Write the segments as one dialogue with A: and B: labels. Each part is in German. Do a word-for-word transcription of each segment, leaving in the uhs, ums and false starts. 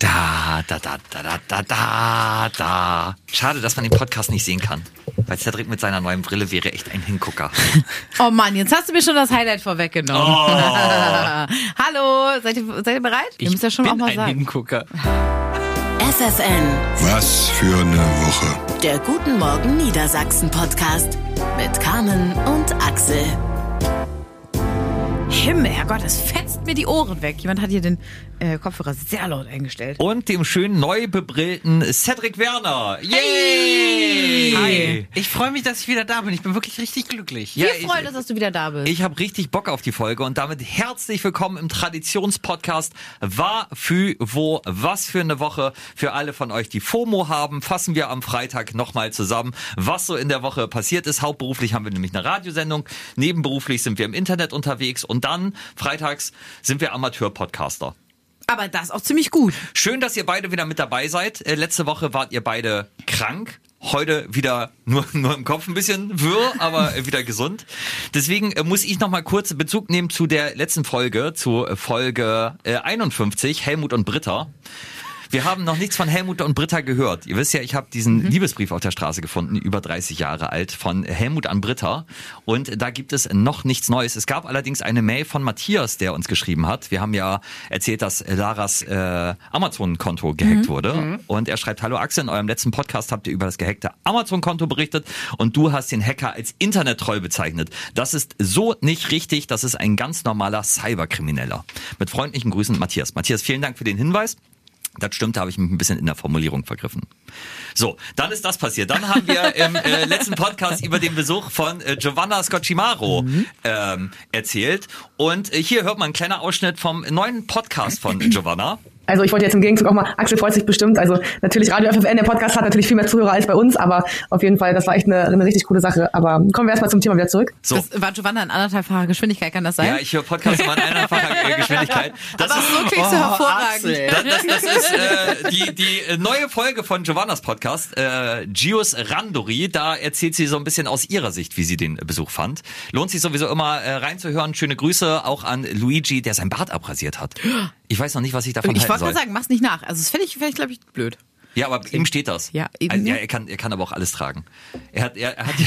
A: Da, da, da, da, da, da, da, da. Schade, dass man den Podcast nicht sehen kann. Weil Cedric mit seiner neuen Brille wäre echt ein Hingucker.
B: Oh Mann, jetzt hast du mir schon das Highlight vorweggenommen. Oh. Hallo, seid ihr, seid ihr bereit?
C: Ich ihr müsst ja schon bin auch mal ein sagen. Hingucker.
D: F F N.
E: Was für eine Woche.
D: Der Guten Morgen Niedersachsen Podcast mit Carmen und Axel.
B: Himmel, Herrgott, es fetzt mir die Ohren weg. Jemand hat hier den äh, Kopfhörer sehr laut eingestellt.
A: Und dem schönen neu bebrillten Cedric Werner. Yay!
C: Hi. Ich freue mich, dass ich wieder da bin. Ich bin wirklich richtig glücklich.
B: Wir ja, freuen uns, dass du wieder da bist.
A: Ich habe richtig Bock auf die Folge und damit herzlich willkommen im Traditionspodcast War, Fü, Wo, Was für eine Woche. Für alle von euch, die FOMO haben, fassen wir am Freitag nochmal zusammen, was so in der Woche passiert ist. Hauptberuflich haben wir nämlich eine Radiosendung, nebenberuflich sind wir im Internet unterwegs und dann, freitags, sind wir Amateur-Podcaster.
B: Aber das auch ziemlich gut.
A: Schön, dass ihr beide wieder mit dabei seid. Äh, letzte Woche wart ihr beide krank. Heute wieder nur, nur im Kopf ein bisschen wirr, aber äh, wieder gesund. Deswegen äh, muss ich noch mal kurz Bezug nehmen zu der letzten Folge, zu Folge äh, einundfünfzig, Helmut und Britta. Wir haben noch nichts von Helmut und Britta gehört. Ihr wisst ja, ich habe diesen mhm. Liebesbrief auf der Straße gefunden, über dreißig Jahre alt, von Helmut an Britta. Und da gibt es noch nichts Neues. Es gab allerdings eine Mail von Matthias, der uns geschrieben hat. Wir haben ja erzählt, dass Laras äh, Amazon-Konto gehackt mhm. wurde. Mhm. Und er schreibt, hallo Axel, in eurem letzten Podcast habt ihr über das gehackte Amazon-Konto berichtet und du hast den Hacker als Internettroll bezeichnet. Das ist so nicht richtig. Das ist ein ganz normaler Cyberkrimineller. Mit freundlichen Grüßen, Matthias. Matthias, vielen Dank für den Hinweis. Das stimmt, da habe ich mich ein bisschen in der Formulierung vergriffen. So, dann ist das passiert. Dann haben wir im äh, letzten Podcast über den Besuch von äh, Giovanna Scocchimaro mhm. ähm, erzählt. Und äh, hier hört man einen kleinen Ausschnitt vom neuen Podcast von Giovanna.
F: Also ich wollte jetzt im Gegenzug auch mal, Axel freut sich bestimmt, also natürlich Radio F F N, der Podcast hat natürlich viel mehr Zuhörer als bei uns, aber auf jeden Fall, das war echt eine, eine richtig coole Sache. Aber kommen wir erstmal zum Thema wieder zurück.
B: So. Das war Giovanna in anderthalbfacher Geschwindigkeit, kann das sein?
A: Ja, ich höre Podcasts immer in anderthalbfacher Geschwindigkeit. Das
B: aber so klingst du oh, hervorragend.
A: Das, das, das ist äh, die, die neue Folge von Giovannas Podcast, äh, Gius Randori. Da erzählt sie so ein bisschen aus ihrer Sicht, wie sie den Besuch fand. Lohnt sich sowieso immer äh, reinzuhören. Schöne Grüße auch an Luigi, der sein Bart abrasiert hat. Ich weiß noch nicht, was ich davon
B: ich
A: halten soll.
B: Ich wollte mal sagen, mach's nicht nach. Also das fände ich, fänd ich glaube ich, blöd.
A: Ja, aber ihm steht das.
B: Ja, eben.
A: Also, ja, er kann, er kann aber auch alles tragen. Er hat, er, er hat,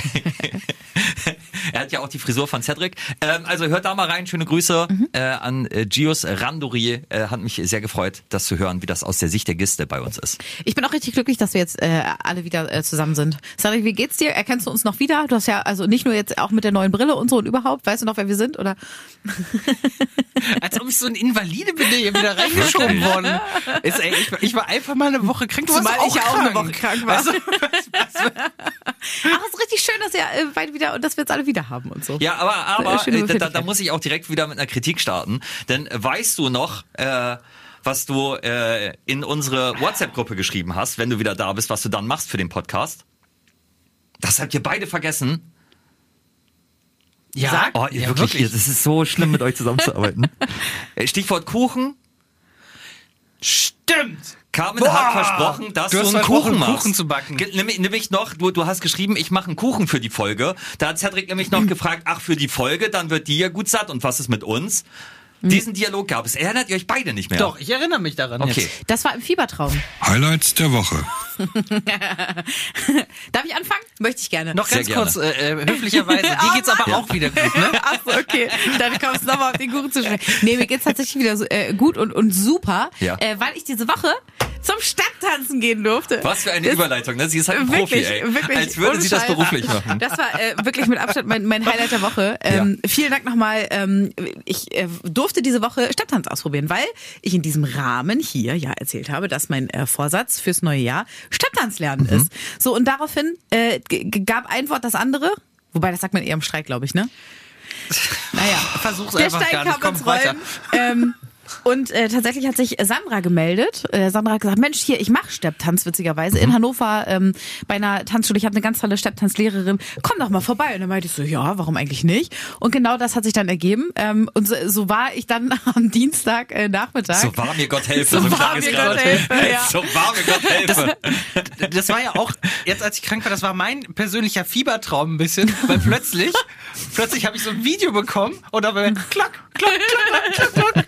A: er hat ja auch die Frisur von Cedric. Ähm, also hört da mal rein. Schöne Grüße mhm. äh, an äh, Gius Randori. Äh, hat mich sehr gefreut, das zu hören, wie das aus der Sicht der Gäste bei uns ist.
B: Ich bin auch richtig glücklich, dass wir jetzt äh, alle wieder äh, zusammen sind. Cedric, wie geht's dir? Erkennst du uns noch wieder? Du hast ja also nicht nur jetzt auch mit der neuen Brille und so und überhaupt. Weißt du noch, wer wir sind? Oder?
C: Als ob ich so ein Invalide bin, der hier wieder reingeschoben worden ist. Ey, ich, ich war einfach mal eine Woche krank.
B: Zumal ich ja auch eine Woche
C: krank
B: war. Also, Ach, es ist richtig schön, dass wir äh, bald wieder und dass wir jetzt alle wieder haben und so.
A: Ja, aber, aber äh, da, da muss ich auch direkt wieder mit einer Kritik starten. Denn weißt du noch, äh, was du äh, in unsere WhatsApp-Gruppe geschrieben hast, wenn du wieder da bist, was du dann machst für den Podcast? Das habt ihr beide vergessen.
C: Ja,
A: Sag, oh, ihr
C: ja
A: wirklich,
C: wirklich.
A: Das ist so schlimm, mit euch zusammenzuarbeiten. Stichwort Kuchen.
C: Stimmt.
A: Carmen
C: Boah,
A: hat versprochen, dass du,
C: du
A: einen Kuchen machst.
C: Kuchen zu backen.
A: Nämlich, nämlich noch, du, du hast geschrieben, ich mache einen Kuchen für die Folge. Da hat Cedric nämlich noch gefragt, ach, für die Folge, dann wird die ja gut satt. Und was ist mit uns? Mhm. Diesen Dialog gab es. Erinnert ihr euch beide nicht mehr?
C: Doch, ich erinnere mich daran.
A: Okay.
C: Jetzt.
B: Das war im Fiebertraum.
E: Highlights der Woche.
B: Darf ich anfangen? Möchte ich gerne.
C: Noch ganz kurz, äh, höflicherweise. Dir geht's aber
B: ja.
C: auch wieder gut, ne?
B: Achso, okay. Dann kommst du nochmal auf den Kuchen zu sprechen. Nee, mir geht's tatsächlich wieder so, äh, gut und, und super,
A: ja.
B: äh, weil ich diese Woche zum Stadttanzen gehen durfte.
A: Was für eine
B: das
A: Überleitung, ne? Sie ist halt ein
B: wirklich,
A: Profi, ey.
B: Wirklich,
A: als würde sie das beruflich machen.
B: Das war äh, wirklich mit Abstand mein, mein Highlight der Woche. Ähm, ja. Vielen Dank nochmal. Ähm, ich äh, durfte diese Woche Stadttanz ausprobieren, weil ich in diesem Rahmen hier ja erzählt habe, dass mein äh, Vorsatz fürs neue Jahr Stadttanz lernen mhm. ist. So, und daraufhin äh, g- gab ein Wort das andere. Wobei, das sagt man eher im Streit, glaube ich, ne?
C: Naja, versuch's
B: der
C: einfach
B: Stein
C: gar nicht.
B: Kam ins Rollen. Ähm, Und äh, tatsächlich hat sich Sandra gemeldet. Äh, Sandra hat gesagt, Mensch, hier, ich mache Stepptanz witzigerweise in Hannover ähm, bei einer Tanzschule. Ich habe eine ganz tolle Stepptanzlehrerin. Komm doch mal vorbei. Und dann meinte ich so, ja, warum eigentlich nicht? Und genau das hat sich dann ergeben. Ähm, und so, so war ich dann am Dienstag äh, Nachmittag.
A: So wahr mir Gott helfe.
B: So,
A: so
B: wahr mir Gott helfe. Ja.
A: So wahr mir Gott helfe.
C: Das, das war ja auch, jetzt als ich krank war, das war mein persönlicher Fiebertraum ein bisschen, weil plötzlich, plötzlich habe ich so ein Video bekommen und da war klack, klack, klack, klack, klack, klack.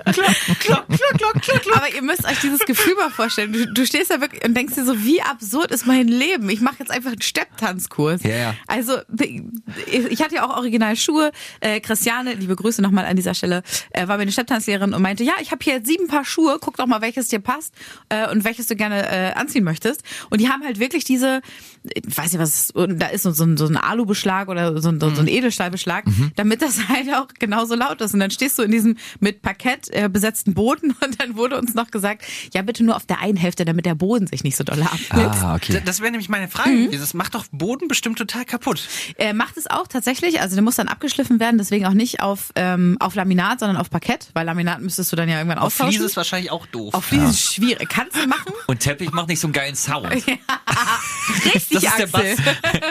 C: klock, klock, klock, klock, klock.
B: Aber ihr müsst euch dieses Gefühl mal vorstellen. Du, du stehst da wirklich und denkst dir so, wie absurd ist mein Leben? Ich mache jetzt einfach einen Stepptanzkurs.
A: Ja, ja.
B: Also ich hatte ja auch original Schuhe. Äh, Christiane, liebe Grüße nochmal an dieser Stelle, äh, war meine Stepptanzlehrerin und meinte, ja, ich habe hier jetzt sieben Paar Schuhe, guck doch mal, welches dir passt äh, und welches du gerne äh, anziehen möchtest. Und die haben halt wirklich diese, ich weiß nicht was, da ist so, so, ein, so ein Alubeschlag oder so ein, so ein Edelstahlbeschlag, mhm. damit das halt auch genauso laut ist. Und dann stehst du in diesem mit Parkett äh, besetzten Boden und dann wurde uns noch gesagt, ja bitte nur auf der einen Hälfte, damit der Boden sich nicht so doll abnimmt.
C: Ah, okay. Das wäre nämlich meine Frage. Mhm. Das macht doch Boden bestimmt total kaputt.
B: Äh, macht es auch tatsächlich, also der muss dann abgeschliffen werden, deswegen auch nicht auf, ähm, auf Laminat, sondern auf Parkett, weil Laminat müsstest du dann ja irgendwann
C: auf
B: austauschen.
C: Auf Fliese ist wahrscheinlich auch doof.
B: Auf Fliese ja. ist schwierig. Kannst du machen.
A: Und Teppich macht nicht so einen geilen Sound.
B: Ja, richtig, das ist Axel.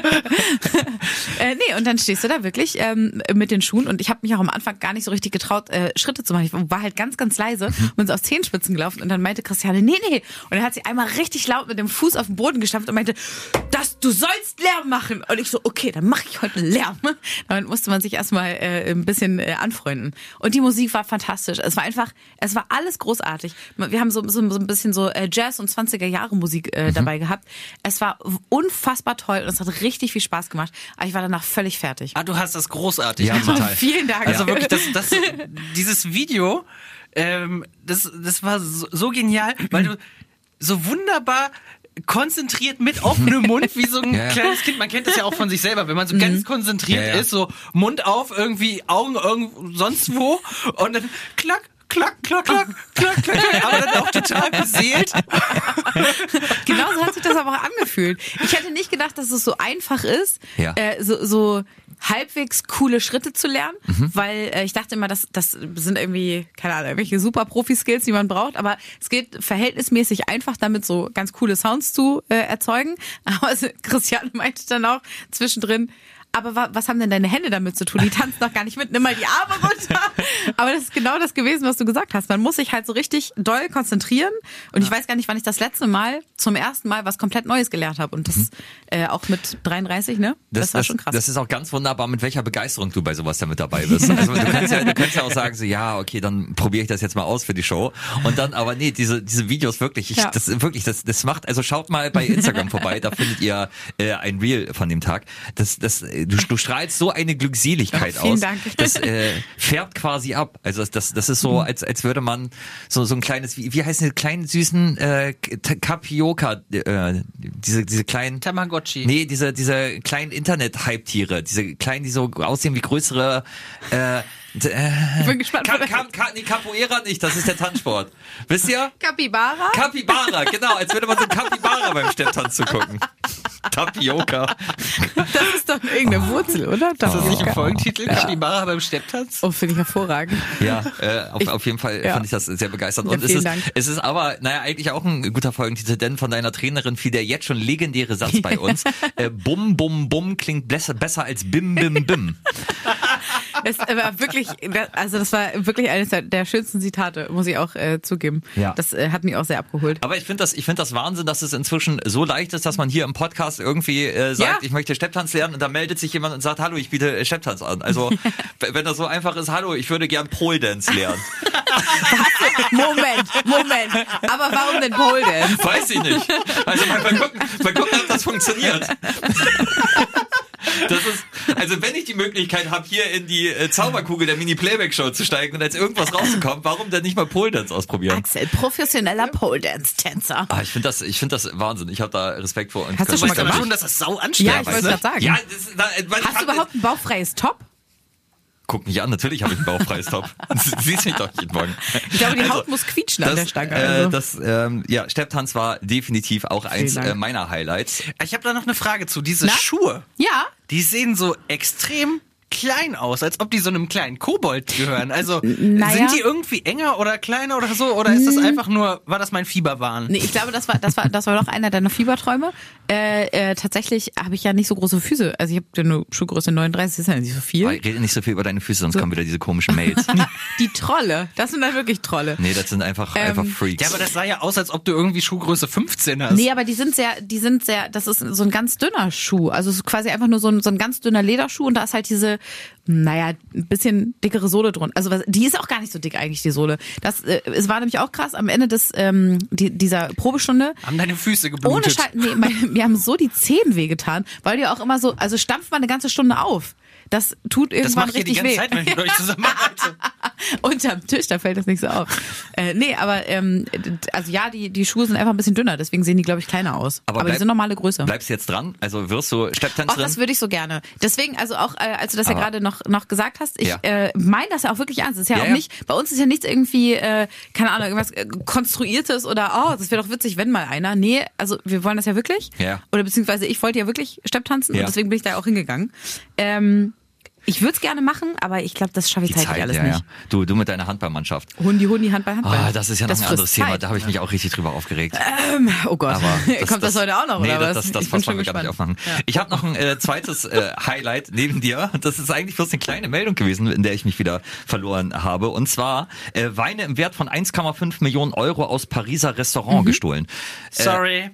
B: äh, nee, und dann stehst du da wirklich ähm, mit den Schuhen und ich habe mich auch am Anfang gar nicht so richtig getraut, äh, Schritte zu machen. Ich war halt ganz, ganz leise und bin so auf Zehenspitzen gelaufen und dann meinte Christiane, nee, nee. Und dann hat sie einmal richtig laut mit dem Fuß auf den Boden gestampft und meinte, das, du sollst Lärm machen. Und ich so, okay, dann mache ich heute Lärm. Damit musste man sich erstmal äh, ein bisschen äh, anfreunden. Und die Musik war fantastisch. Es war einfach, es war alles großartig. Wir haben so, so, so ein bisschen so äh, Jazz- und zwanziger Jahre Musik äh, mhm. dabei gehabt. Es war unfassbar toll und es hat richtig viel Spaß gemacht. Aber ich war danach völlig fertig.
C: Ah, du hast das großartig
A: ja,
C: gemacht.
A: total.
B: Vielen Dank.
C: Also wirklich, das, das, dieses Video, ähm, das, das war so, so genial, weil du so wunderbar konzentriert mit offenem Mund, wie so ein ja, ja. kleines Kind. Man kennt das ja auch von sich selber, wenn man so mhm. ganz konzentriert ja, ja. ist, so Mund auf, irgendwie Augen irgendwo sonst wo und dann klack, klack, klack, klack, klack, klack, aber dann auch total beseelt.
B: Genauso hat sich das aber auch angefühlt. Ich hätte nicht gedacht, dass es so einfach ist,
A: ja.
B: äh, so, so halbwegs coole Schritte zu lernen, mhm. weil äh, ich dachte immer, das, das sind irgendwie, keine Ahnung, irgendwelche super Profi-Skills, die man braucht, aber es geht verhältnismäßig einfach, damit so ganz coole Sounds zu äh, erzeugen. Aber Christiane meinte dann auch zwischendrin, aber wa- was haben denn deine Hände damit zu tun? Die tanzen doch gar nicht mit, nimm mal die Arme runter. Aber das ist genau das gewesen, was du gesagt hast. Man muss sich halt so richtig doll konzentrieren. Und ich weiß gar nicht, wann ich das letzte Mal zum ersten Mal was komplett Neues gelernt habe. Und das mhm. äh, auch mit dreiunddreißig, ne? Das, das war
A: das,
B: schon krass.
A: Das ist auch ganz wunderbar, mit welcher Begeisterung du bei sowas damit dabei bist. Also du kannst ja, du kannst ja auch sagen, so ja, okay, dann probiere ich das jetzt mal aus für die Show. Und dann, aber nee, diese diese Videos wirklich, ich, ja. das wirklich, das das macht, also schaut mal bei Instagram vorbei, da findet ihr äh, ein Reel von dem Tag. Das das du, du strahlst so eine Glückseligkeit
B: ja, vielen
A: aus.
B: Dank.
A: Das äh, färbt quasi ab. Also das das ist so, als als würde man so so ein kleines, wie wie heißen die kleinen süßen äh, Tapioca, äh, diese diese kleinen
C: Tamagotchi.
A: Nee, diese diese kleinen Internet-Hype-Tiere, diese kleinen, die so aussehen wie größere äh,
B: ich bin gespannt.
A: Ka- Ka- Ka- nee, Capoeira nicht, das ist der Tanzsport. Wisst ihr?
B: Capybara?
A: Capybara, genau, als würde man so Capybara beim Stepptanz zugucken. Tapioca.
B: Das ist doch irgendeine Wurzel, oder?
C: Das ist nicht ein Folgentitel, ja. Capybara beim Stepptanz?
B: Oh, finde ich hervorragend.
A: Ja, äh, auf, ich, auf jeden Fall ja. fand ich das sehr begeisternd. Und ja, es, ist,
B: Dank.
A: es ist aber, naja, eigentlich auch ein guter Folgentitel, denn von deiner Trainerin fiel der jetzt schon legendäre Satz bei uns. äh, bum, bum, bum klingt besser, besser als bim, bim, bim.
B: Es war wirklich, also das war wirklich eines der schönsten Zitate, muss ich auch äh, zugeben.
A: Ja.
B: Das äh, hat mich auch sehr abgeholt.
A: Aber ich finde das, ich finde das Wahnsinn, dass es inzwischen so leicht ist, dass man hier im Podcast irgendwie äh, sagt, ja. ich möchte Stepptanz lernen und da meldet sich jemand und sagt, hallo, ich biete Stepptanz an. Also wenn das so einfach ist, hallo, ich würde gern Pole Dance lernen.
B: Moment, Moment. Aber warum denn Pole Dance?
A: Weiß ich nicht. Also mal, mal gucken, mal gucken, ob das funktioniert. Das ist, also wenn ich die Möglichkeit habe, hier in die äh, Zauberkugel der Mini-Playback-Show zu steigen und als irgendwas rauszukommen, warum denn nicht mal Pole Dance ausprobieren?
B: Axel, professioneller Pole Dance-Tänzer.
A: Ah, ich finde das, ich finde das Wahnsinn. Ich habe da Respekt vor. Und
B: Hast du schon mal gemacht?
C: Schon, dass das sau anstrengend
B: Ja, ich wollte gerade sagen.
A: Ja, das, da, man,
B: Hast du überhaupt ein bauchfreies Top?
A: Guck mich an, natürlich habe ich ein bauchfreies Top. Siehst mich doch jeden Morgen.
B: Ich glaube, die
A: also,
B: Haut muss quietschen
A: das,
B: an der Stange.
A: Äh,
B: Also.
A: das, ähm, ja, Stepptanz war definitiv auch eins äh, meiner Highlights.
C: Ich habe da noch eine Frage zu. Diese
B: Na?
C: Schuhe,
B: Ja.
C: die sehen so extrem klein aus, als ob die so einem kleinen Kobold gehören. Also
B: naja.
C: sind die irgendwie enger oder kleiner oder so? Oder ist das einfach nur, war das mein Fieberwahn?
B: Nee, ich glaube, das war das war das war doch einer deiner Fieberträume. Äh, äh, tatsächlich habe ich ja nicht so große Füße. Also ich habe eine Schuhgröße neununddreißig, das ist ja nicht so viel.
A: Ich rede nicht so viel über deine Füße, sonst so. kommen wieder diese komischen Mails.
B: Die Trolle, das sind dann wirklich Trolle.
A: Nee, das sind einfach
B: ähm,
A: einfach Freaks.
C: Ja, aber das sah ja aus, als ob du irgendwie Schuhgröße fünfzehn hast.
B: Nee, aber die sind sehr, die sind sehr, das ist so ein ganz dünner Schuh. Also es ist quasi einfach nur so ein, so ein ganz dünner Lederschuh und da ist halt diese hatte, naja, ein bisschen dickere Sohle drunter. Also was, die ist auch gar nicht so dick eigentlich, die Sohle. Das, äh, es war nämlich auch krass, am Ende des ähm, die, dieser Probestunde.
C: Haben deine Füße geblutet?
B: Ohne Scheiß, nee, mein, mir haben so die Zehen wehgetan, weil die auch immer so, also stampft man eine ganze Stunde auf. Das tut irgendwann
C: das macht
B: richtig
C: ihr die ganze
B: weh.
C: Zeit, wenn ihr euch zusammenarbeitet.
B: Unterm Tisch, da fällt das nicht so auf. Äh, nee, aber ähm, also ja, die, die Schuhe sind einfach ein bisschen dünner, deswegen sehen die, glaube ich, kleiner aus.
A: Aber,
B: aber
A: bleib,
B: die sind normale Größe.
A: Bleibst du jetzt dran? Also wirst du
B: Ach,
A: Stepptänzerin?
B: das würde ich so gerne. Deswegen, also auch, äh, als du das
A: Aber-
B: ja gerade noch, noch gesagt hast, ich
A: Ja.
B: äh, meine das ja auch wirklich ernst. Das ist ja,
A: Ja,
B: auch
A: ja.
B: nicht, bei uns ist ja nichts irgendwie, äh, keine Ahnung, irgendwas äh, Konstruiertes oder, oh, das wäre doch witzig, wenn mal einer. Nee, also wir wollen das ja wirklich.
A: Ja.
B: Oder beziehungsweise ich wollte ja wirklich Stepptanzen
A: Ja.
B: und deswegen bin ich da auch hingegangen. Ähm, ich würde es gerne machen, aber ich glaube, das schaffe ich
A: Die
B: zeitlich
A: Zeit,
B: alles
A: ja,
B: nicht.
A: ja. Du, du mit deiner Handballmannschaft.
B: Hundi, Hundi, Handball, Handball.
A: Ah, das ist ja noch
B: Das
A: ein anderes
B: frisst
A: Thema.
B: Zeit.
A: Da habe ich mich auch richtig drüber aufgeregt.
B: Ähm, oh Gott,
A: Aber
B: kommt das, heute auch noch,
A: nee,
B: oder
A: das,
B: was?
A: Das, das,
B: Ich bin
A: das wollen
B: schon
A: wir gar nicht
B: gespannt.
A: aufmachen.
B: Ja.
A: Ich habe noch ein äh, zweites äh, Highlight neben dir. Das ist eigentlich bloß eine kleine Meldung gewesen, in der ich mich wieder verloren habe. Und zwar äh, Weine im Wert von eins Komma fünf Millionen Euro aus Pariser Restaurant
B: Mhm.
A: gestohlen.
C: Sorry.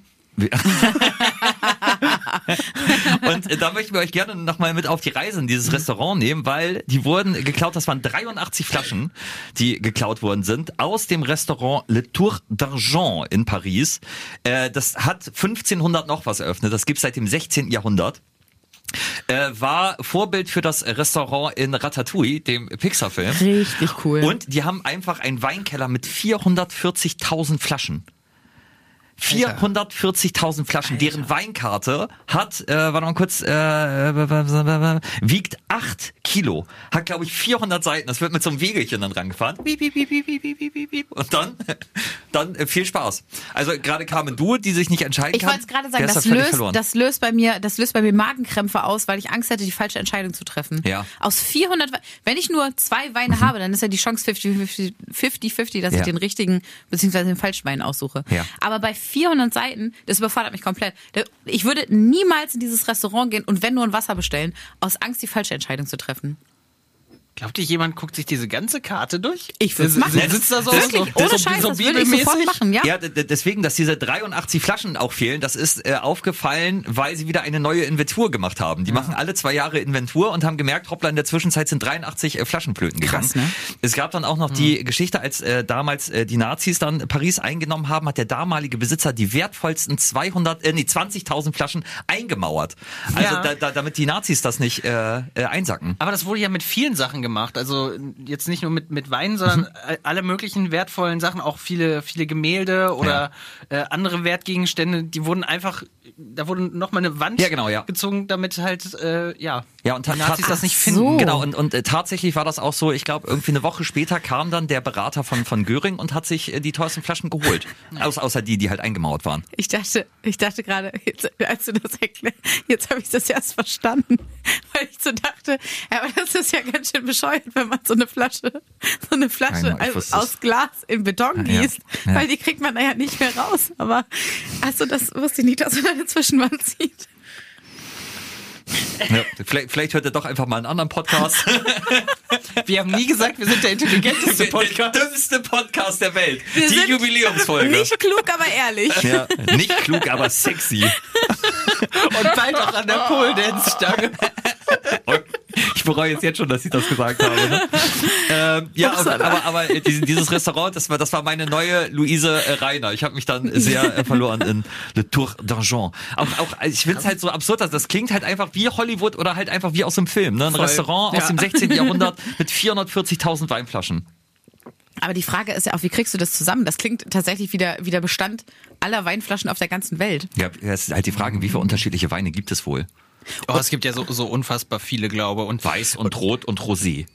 A: Und äh, da möchten wir euch gerne nochmal mit auf die Reise in dieses Restaurant nehmen, weil die wurden geklaut, das waren dreiundachtzig Flaschen, die geklaut worden sind, aus dem Restaurant Le Tour d'Argent in Paris. Äh, das hat fünfzehnhundert noch was eröffnet, das gibt's seit dem sechzehnten Jahrhundert. Äh, war Vorbild für das Restaurant in Ratatouille, dem Pixar-Film.
B: Richtig cool.
A: Und die haben einfach einen Weinkeller mit vierhundertvierzigtausend Flaschen. vierhundertvierzigtausend Flaschen,
C: Alter.
A: deren Weinkarte hat, äh, warte mal kurz, äh, wiegt acht Kilo, hat glaube ich vierhundert Seiten, das wird mit so einem Wegelchen dann rangefahren. Piep, piep, piep, piep, piep, piep, piep, piep. Und dann, dann äh, viel Spaß. Also gerade Carmen, du, die sich nicht entscheiden
B: Ich
A: kann,
B: wollte es gerade
A: der
B: sagen,
A: ist da
B: das
A: völlig
B: löst,
A: verloren.
B: das löst bei mir, das löst bei mir Magenkrämpfe aus, weil ich Angst hätte, die falsche Entscheidung zu treffen.
A: Ja.
B: Aus vierhundert, We- wenn ich nur zwei Weine habe, dann ist ja die Chance fünfzig fünfzig, dass
A: Ja.
B: ich den richtigen beziehungsweise den falschen Wein aussuche.
A: Ja.
B: Aber bei vierhundert Seiten, das überfordert mich komplett. Da- Ich würde niemals in dieses Restaurant gehen und wenn nur ein Wasser bestellen, aus Angst, die falsche Entscheidung zu treffen.
C: Glaubt ihr, jemand guckt sich diese ganze Karte durch?
B: Ich würd's
C: Der
B: machen.
C: Sitzt da so,
B: Wirklich,
C: so,
B: ohne
C: so,
B: Scheiß,
C: so
B: das würde ich sofort
C: bibelmäßig?
B: machen, ja?
A: Ja, d- d- deswegen, dass diese dreiundachtzig Flaschen auch fehlen, das ist äh, aufgefallen, weil sie wieder eine neue Inventur gemacht haben. Die machen alle zwei Jahre Inventur und haben gemerkt, hoppla, in der Zwischenzeit sind dreiundachtzig äh, Flaschen flöten gegangen.
B: Krass, ne?
A: Es gab dann auch noch die Geschichte, als äh, damals äh, die Nazis dann Paris eingenommen haben, hat der damalige Besitzer die wertvollsten zweihundert, äh, nee, zwanzigtausend Flaschen eingemauert. Also
C: Ja.
A: da, da, damit die Nazis das nicht äh, äh, einsacken.
C: Aber das wurde ja mit vielen Sachen gemacht. Also jetzt nicht nur mit, mit Wein, sondern
A: Mhm.
C: alle möglichen wertvollen Sachen, auch viele, viele Gemälde oder äh, andere Wertgegenstände, die wurden einfach, da wurde nochmal eine Wand
A: Ja, genau, ja.
C: gezogen, damit halt, äh, ja,
A: Ja, und
C: die Nazis
A: tat-
C: das nicht
B: Ach
C: finden.
B: so.
A: Genau, und, und äh, tatsächlich war das auch so, ich glaube, irgendwie eine Woche später kam dann der Berater von, von Göring und hat sich äh, die teuersten Flaschen geholt. Aus, außer die, die halt eingemauert waren.
B: Ich dachte, ich dachte gerade, jetzt, als du das erklärst, jetzt habe ich das erst verstanden, weil ich so dachte, ja, aber das ist ja ganz schön bescheuert, wenn man so eine Flasche, so eine Flasche
A: Nein, ich
B: aus,
A: wusste es.
B: aus Glas in Beton
A: Ja,
B: gießt,
A: ja.
B: weil die kriegt man ja nicht mehr raus. Aber also das wusste ich nicht, dass man eine Zwischenwand sieht.
A: Ja, vielleicht, vielleicht hört ihr doch einfach mal einen anderen Podcast.
C: Wir haben nie gesagt, wir sind der intelligenteste Podcast.
A: Der dümmste Podcast der Welt.
B: Wir
A: die
B: sind
A: Jubiläumsfolge.
B: Nicht klug, aber ehrlich.
A: Ja, nicht klug, aber sexy.
C: Und bald auch an der Pole Dance Stange.
A: Ich bereue jetzt jetzt schon, dass ich das gesagt habe. Ne? Ähm, ja, aber, aber, aber dieses, dieses Restaurant, das war, das war meine neue Luise äh, Reiner. Ich habe mich dann sehr äh, verloren in Le Tour d'Argent. Auch, auch, also ich finde es halt so absurd, dass das klingt halt einfach wie Hollywood oder halt einfach wie aus einem Film. Ne? Ein
C: Voll.
A: Restaurant
C: Ja.
A: aus dem sechzehnten Jahrhundert mit vierhundertvierzigtausend Weinflaschen.
B: Aber die Frage ist ja auch, wie kriegst du das zusammen? Das klingt tatsächlich wie der, wie der Bestand aller Weinflaschen auf der ganzen Welt.
A: Ja, es ist halt die Frage, wie viele unterschiedliche Weine gibt es wohl?
C: Oh, es gibt ja so, so unfassbar viele, glaube und
A: Weiß und Rot und Rosé.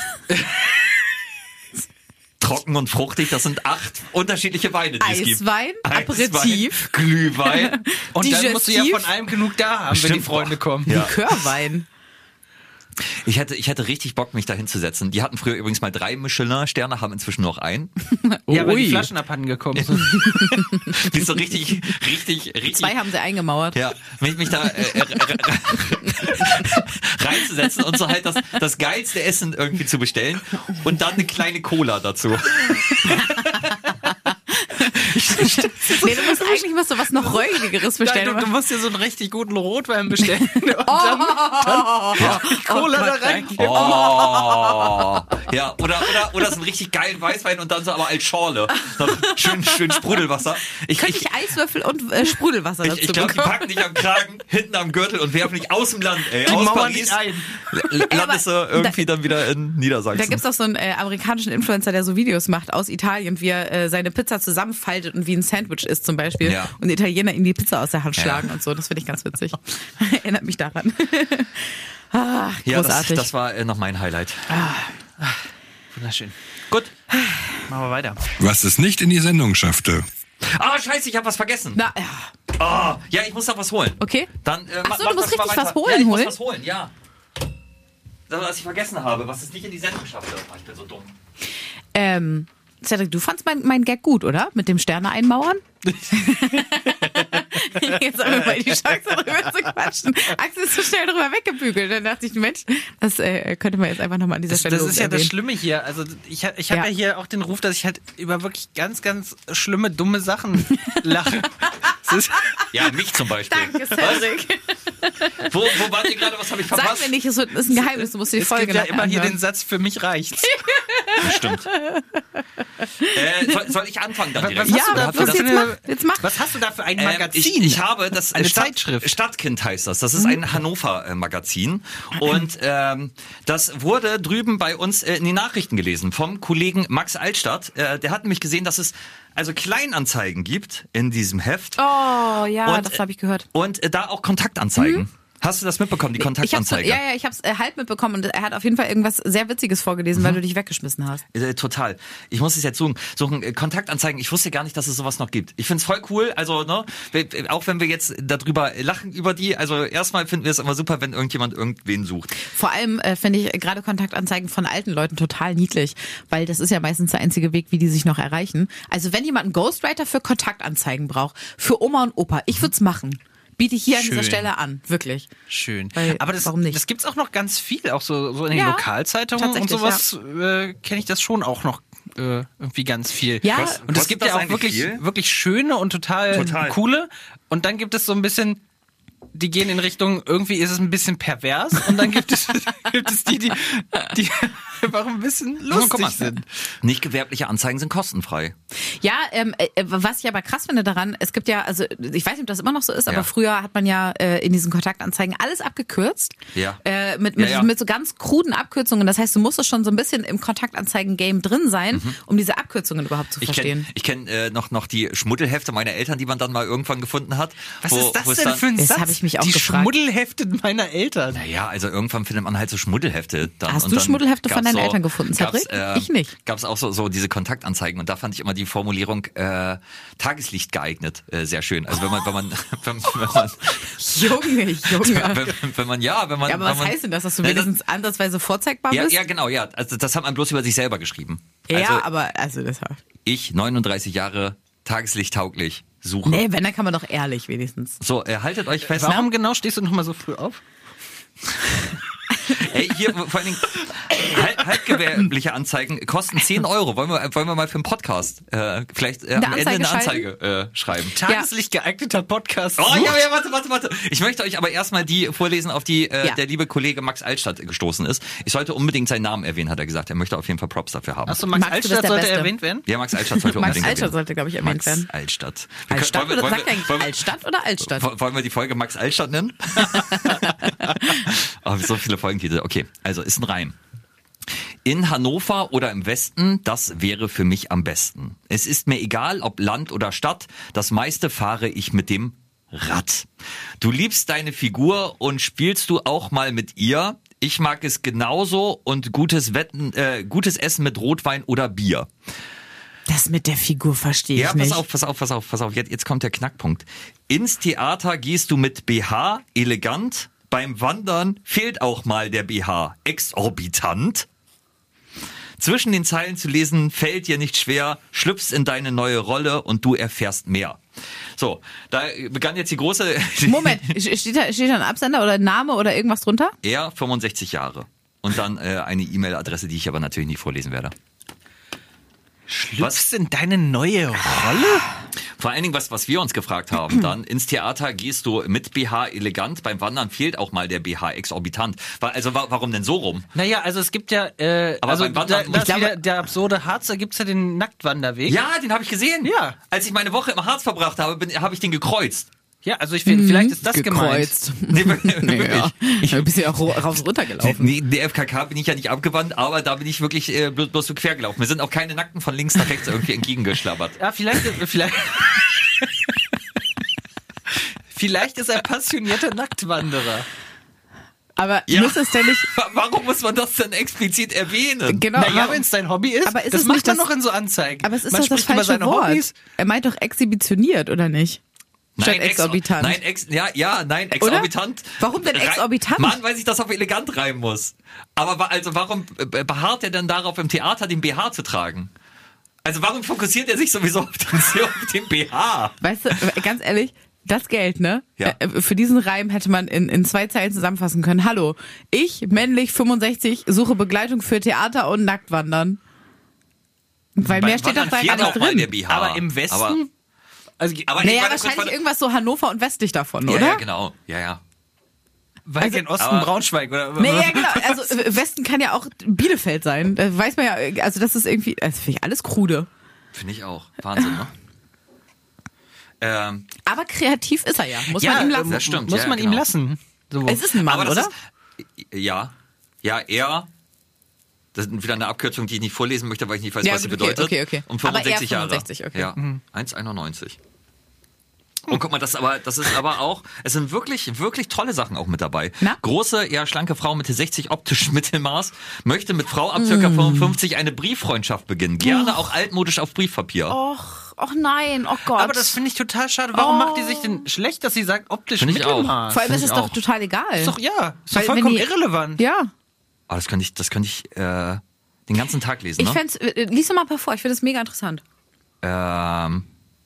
A: Trocken und fruchtig, das sind acht unterschiedliche Weine, die es gibt.
B: Eiswein, Aperitif.
A: Glühwein.
C: Und dann musst du ja
B: Digestiv.
C: von allem genug da haben, wenn
A: Stimmt.
C: die Freunde kommen.
A: Ja.
B: Likörwein.
A: Ich hätte, ich hätte richtig Bock, mich da hinzusetzen. Die hatten früher übrigens mal drei Michelin-Sterne, haben inzwischen noch einen.
C: Ja, weil die
B: Ui.
C: Flaschen abhanden gekommen sind.
A: Die so richtig, richtig, richtig.
B: Zwei haben sie eingemauert.
A: Ja, mich, mich da äh, äh, reinzusetzen und so halt das, das geilste Essen irgendwie zu bestellen und dann eine kleine Cola dazu.
B: Nee, du musst eigentlich musst du was noch Räudigeres bestellen.
C: Nein, du, du musst dir so einen richtig guten Rotwein bestellen und dann, dann die Cola da rein.
A: Oh. Ja, oder, oder, oder so einen richtig geilen Weißwein und dann so aber als Schorle. Schön, schön Sprudelwasser. Ich,
B: Könnte ich Eiswürfel und äh, Sprudelwasser dazu
A: Ich, ich glaube, die
B: bekommen?
A: packen dich am Kragen, hinten am Gürtel und werfen dich aus dem Land, ey.
C: Die
A: aus
C: mauern
A: Paris.
C: dich ein.
A: L- Landest du irgendwie dann wieder in Niedersachsen.
B: Da gibt's auch so einen äh, amerikanischen Influencer, der so Videos macht aus Italien, wie er äh, seine Pizza zusammenfaltet und wie ein Sandwich isst zum Beispiel.
A: Ja.
B: Und Italiener ihm die Pizza aus der Hand
A: Ja.
B: schlagen und so. Das finde ich ganz witzig. Erinnert mich daran. ah,
A: Ja, das,
B: großartig.
A: das war äh, noch mein Highlight.
C: Wunderschön.
A: Gut.
C: Machen wir weiter.
E: Was es nicht in die Sendung schaffte.
A: Ah, scheiße, ich habe was vergessen.
B: Na, ja.
A: Oh, ja, ich muss noch was holen.
B: Okay.
A: Dann, äh,
B: Ach
A: mach-
B: so,
A: mach
B: du musst
A: das mal
B: richtig
A: weiter.
B: was holen,
A: ja, ich
B: holen?
A: muss was holen, ja. Das, was ich vergessen habe, was es nicht in die Sendung schaffte. Oh, ich bin so dumm.
B: Ähm, Cedric, du fandst mein, mein Gag gut, oder? Mit dem Sterne einmauern? Jetzt haben wir mal die Chance, darüber zu quatschen. Axel ist so schnell drüber weggebügelt. Dann dachte ich, Mensch, das äh, könnte man jetzt einfach nochmal an dieser
C: Das,
B: Stelle
C: das ist ja das
B: erwähnen.
C: Schlimme hier. Also ich, ha- ich habe
B: Ja.
C: ja. hier auch den Ruf, dass ich halt über wirklich ganz, ganz schlimme, dumme Sachen lache. Das ist,
A: Ja, mich zum Beispiel.
B: Danke, Cedric.
A: Wo, wo wart ihr gerade? Was habe ich
B: Sag
A: verpasst?
B: mir nicht, es wird- ist ein Geheimnis, du musst dir die
C: es
B: Folge
C: gibt ja
B: nachher
C: immer hier
B: anhören.
C: den Satz, für mich reicht's.
A: Stimmt. äh, soll, soll ich anfangen dann
C: Was
A: direkt?
B: Ja,
C: hast du da
B: los,
C: für
B: jetzt
C: eine-
B: mach, jetzt mach.
C: Was hast du da für ein
A: Ähm,
C: Magazin?
A: ich, ich habe das
C: Eine
A: Stadt,
C: Zeitschrift.
A: Stadtkind heißt das. Das ist ein Hannover-Magazin. Und ähm, das wurde drüben bei uns äh, in den Nachrichten gelesen vom Kollegen Max Altstadt. Äh, der hat nämlich gesehen, dass es also Kleinanzeigen gibt in diesem Heft.
B: Oh, ja,
A: Und,
B: das habe ich gehört.
A: Und äh, da auch Kontaktanzeigen. Hast du das mitbekommen, die
B: Ich hab's,
A: Kontaktanzeige?
B: ja, ja, ich habe es äh, halb mitbekommen und er hat auf jeden Fall irgendwas sehr Witziges vorgelesen, weil du dich weggeschmissen hast.
A: Äh, Total. Ich muss es jetzt suchen. suchen äh, Kontaktanzeigen. Ich wusste gar nicht, dass es sowas noch gibt. Ich find's voll cool. Also, ne, wir- auch wenn wir jetzt darüber lachen über die. Also, erstmal finden wir es immer super, wenn irgendjemand irgendwen sucht.
B: Vor allem äh, finde ich gerade Kontaktanzeigen von alten Leuten total niedlich, weil das ist ja meistens der einzige Weg, wie die sich noch erreichen. Also wenn jemand einen Ghostwriter für Kontaktanzeigen braucht, für Oma und Opa, ich würde es machen. Biete ich hier an dieser
C: Schön.
B: Stelle an, wirklich.
C: Schön.
B: Weil,
C: Aber das,
B: warum nicht?
C: das gibt's auch noch ganz viel, auch so, so in den
B: Ja,
C: Lokalzeitungen und
B: tatsächlich,
C: sowas äh, kenne ich das schon auch noch äh, irgendwie ganz viel.
B: Ja.
A: Was-
C: Und es
A: kostet
C: gibt
A: das
C: ja auch
A: eigentlich
C: wirklich,
A: viel?
C: wirklich schöne und total,
A: Total.
C: coole. Und dann gibt es so ein bisschen, die gehen in Richtung, irgendwie ist es ein bisschen pervers. Und dann gibt es, gibt es die, die, die einfach ein bisschen
A: Oh,
C: lustig
A: guck mal.
C: sind.
A: Nicht gewerbliche Anzeigen sind kostenfrei.
B: Ja, ähm, äh, was ich aber krass finde daran, es gibt ja, also ich weiß nicht, ob das immer noch so ist,
A: Ja.
B: aber früher hat man ja äh, in diesen Kontaktanzeigen alles abgekürzt.
A: Ja.
B: Äh, mit, mit,
A: Ja, ja.
B: mit so ganz kruden Abkürzungen. Das heißt, du musstest schon so ein bisschen im Kontaktanzeigen-Game drin sein, um diese Abkürzungen überhaupt zu
A: Ich
B: verstehen.
A: kenne ich kenn, äh, noch, noch die Schmuddelhefte meiner Eltern, die man dann mal irgendwann gefunden hat.
C: Was
A: wo,
C: ist das
A: wo es
C: denn
A: dann,
C: für ein
B: Das
C: Satz?
B: hab ich mich auch
C: die
B: gefragt.
C: Schmuddelhefte meiner Eltern.
A: Naja, also irgendwann findet man halt so Schmuddelhefte. Dann,
B: Hast
A: und
B: du
A: dann
B: Schmuddelhefte von
A: gab's
B: deinen Eltern gefunden,
A: gab's,
B: Cedric? Ich nicht.
A: Gab es auch so, so diese Kontaktanzeigen und da fand ich immer die Formulierung äh, Tageslicht geeignet äh, sehr schön. Also wenn man, wenn man, wenn, wenn man,
B: Junge, Junge.
A: wenn, wenn man, ja, wenn man,
B: Ja, aber
A: wenn
B: was
A: man,
B: heißt denn das, dass du
A: Ja, das-
B: wenigstens ansatzweise vorzeigbar
A: Ja,
B: bist?
A: ja, genau, ja. Also das hat man bloß über sich selber geschrieben.
B: Ja,
A: Also
B: aber also das
A: ich, neununddreißig Jahre, tageslichttauglich, suche.
B: Nee, wenn, dann kann man doch ehrlich wenigstens.
A: So, äh, haltet euch fest.
C: Warum genau stehst du nochmal so früh auf?
A: Ey, hier vor allen Dingen halb, halbgewerbliche Anzeigen kosten zehn Euro. Wollen wir, wollen wir mal für einen Podcast äh, vielleicht äh, am
B: Eine
A: Ende eine
B: Anzeige
A: Anzeige äh, schreiben?
C: Tageslicht geeigneter Podcast.
A: Oh, ja, ja, warte, warte, warte. Ich möchte euch aber erstmal die vorlesen, auf die äh,
B: Ja.
A: der liebe Kollege Max Altstadt gestoßen ist. Ich sollte unbedingt seinen Namen erwähnen, hat er gesagt. Er möchte auf jeden Fall Props dafür haben.
C: Achso, Max
B: Max, du bist
C: Altstadt
B: der
C: sollte
B: Beste.
C: erwähnt werden?
A: Ja, Max Altstadt sollte
B: Max
A: unbedingt
B: Altstadt
A: erwähnt
B: sollte, glaube ich, erwähnt
A: Max
B: werden.
A: Altstadt. Wir können-
B: Altstadt
A: wollen wir-
B: oder
A: wollen
B: sagt
A: wir-
B: eigentlich
A: wollen wir-
B: Altstadt oder Altstadt?
A: Wo- Wollen wir die Folge Max Altstadt nennen? Oh, so viele Folgentitel. Okay, also ist ein Reim. In Hannover oder im Westen, das wäre für mich am besten. Es ist mir egal, ob Land oder Stadt, das meiste fahre ich mit dem Rad. Du liebst deine Figur und spielst du auch mal mit ihr. Ich mag es genauso und gutes Wetten, äh, gutes Essen mit Rotwein oder Bier.
B: Das mit der Figur verstehe ich
A: Ja,
B: nicht.
A: pass auf, pass auf, pass auf, pass auf. Jetzt, jetzt kommt der Knackpunkt. Ins Theater gehst du mit B H, elegant. Beim Wandern fehlt auch mal der B H, exorbitant. Zwischen den Zeilen zu lesen fällt dir nicht schwer, schlüpfst in deine neue Rolle und du erfährst mehr. So, da begann jetzt die große...
B: Moment, steht da, steht da ein Absender oder ein Name oder irgendwas drunter?
A: Er, fünfundsechzig Jahre. Und dann äh, eine E-Mail-Adresse, die ich aber natürlich nicht vorlesen werde.
C: Schlüpfst in deine neue Rolle?
A: Vor allen Dingen, was, was wir uns gefragt haben, dann ins Theater gehst du mit B H elegant, beim Wandern fehlt auch mal der B H exorbitant. Also wa- warum denn so rum?
C: Naja, also es gibt ja, äh,
A: Aber
C: also
A: beim
C: da,
A: Wandern-
C: das
A: ich
C: ist wieder der absurde Harz, da gibt's ja den Nacktwanderweg.
A: Ja, den habe ich gesehen.
C: Ja.
A: Als ich meine Woche im Harz verbracht habe, bin- habe ich den gekreuzt.
C: Ja, also ich finde, vielleicht ist das
B: gekreuzt.
A: Nee, wirklich.
B: Nee, ja. Ich bin ja auch raus runtergelaufen.
A: Nee, der F K K bin ich ja nicht abgewandt, aber da bin ich wirklich äh, bloß, bloß so quer gelaufen. Mir sind auch keine Nackten von links nach rechts irgendwie entgegengeschlabbert.
C: Ja, vielleicht, vielleicht, vielleicht ist er passionierter Nacktwanderer.
B: Aber
A: Ja.
B: muss es denn nicht...
A: Warum muss man das denn explizit erwähnen?
B: Genau,
C: Naja,
B: aber,
C: wenn es dein Hobby ist,
B: aber ist
C: das
B: es
C: macht
B: nicht
C: man
B: das-
C: noch in so Anzeigen.
B: aber es ist
C: man
B: doch das
C: spricht über
B: falsche
C: seine
B: Wort.
C: Hobbys.
B: Er meint doch exhibitioniert, oder nicht? Statt
A: Nein, ex-
B: exorbitant.
A: Nein, ex, ja, ja, nein, exorbitant.
B: Warum denn
A: Rein-
B: exorbitant?
A: Mann, weil sich das auf elegant reimen muss. Aber wa- also warum äh, beharrt er denn darauf, im Theater den B H zu tragen? Also warum fokussiert er sich sowieso auf den, auf den B H?
B: Weißt du, ganz ehrlich, das Geld, ne?
A: Ja.
B: Äh, Für diesen Reim hätte man in, in zwei Zeilen zusammenfassen können. Hallo, ich, männlich, fünfundsechzig, suche Begleitung für Theater und Nacktwandern. Weil mehr
A: Beim
B: steht doch
A: Wandern
B: da
A: fehlt
B: gar nicht
A: auch mal der
B: drin.
A: B H.
C: Aber im Westen?
A: Aber,
C: Also,
A: aber
B: Naja,
A: ich warte kurz,
B: wahrscheinlich
A: warte-
B: irgendwas so Hannover und westlich davon,
A: Ja,
B: oder?
A: ja, genau. Ja, ja.
C: weil in Osten
A: aber-
C: Braunschweig oder
B: Nee, ja, genau. Also äh, Westen kann ja auch Bielefeld sein. Da weiß man ja, also das ist irgendwie, das finde ich alles krude.
A: Finde ich auch. Wahnsinn, ne? ähm,
B: Aber kreativ ist er ja, muss
C: ja,
B: man ihm lassen.
A: das stimmt.
C: Muss
A: ja,
C: man
A: genau.
C: ihm lassen. So.
B: Es ist ein Mann,
A: aber das
B: oder?
A: ist, ja, ja, er. Das ist wieder eine Abkürzung, die ich nicht vorlesen möchte, weil ich nicht weiß,
B: Ja,
A: was sie
B: okay,
A: bedeutet.
B: okay, okay.
A: Um
B: Aber er
A: fünfundsechzig Jahre.
B: fünfundsechzig, okay.
A: Ja, eins Komma einundneunzig. Und guck mal, das ist aber, das ist aber auch, es sind wirklich, wirklich tolle Sachen auch mit dabei.
B: Na?
A: Große, ja, schlanke Frau Mitte sechzig, optisch Mittelmaß, möchte mit Frau ab
B: Mm.
A: circa fünfundfünfzig eine Brieffreundschaft beginnen. Gerne auch altmodisch auf Briefpapier.
B: Och, och nein, oh Gott.
C: Aber das finde ich total schade. Warum
B: Oh.
C: macht die sich denn schlecht, dass sie sagt, optisch
A: Finde ich auch.
C: Mittelmaß?
B: Vor allem ist
A: find
B: es
A: ich
B: doch
A: auch.
B: total egal.
C: Ist doch, ja, ist doch
B: Weil wenn
C: vollkommen
B: die-
C: irrelevant.
B: Ja.
A: Aber das könnte ich, das könnte ich äh, den ganzen Tag lesen,
B: Ich
A: ne?
B: fänd's, äh, lies doch mal ein paar vor, ich finde das mega interessant.
A: Ähm,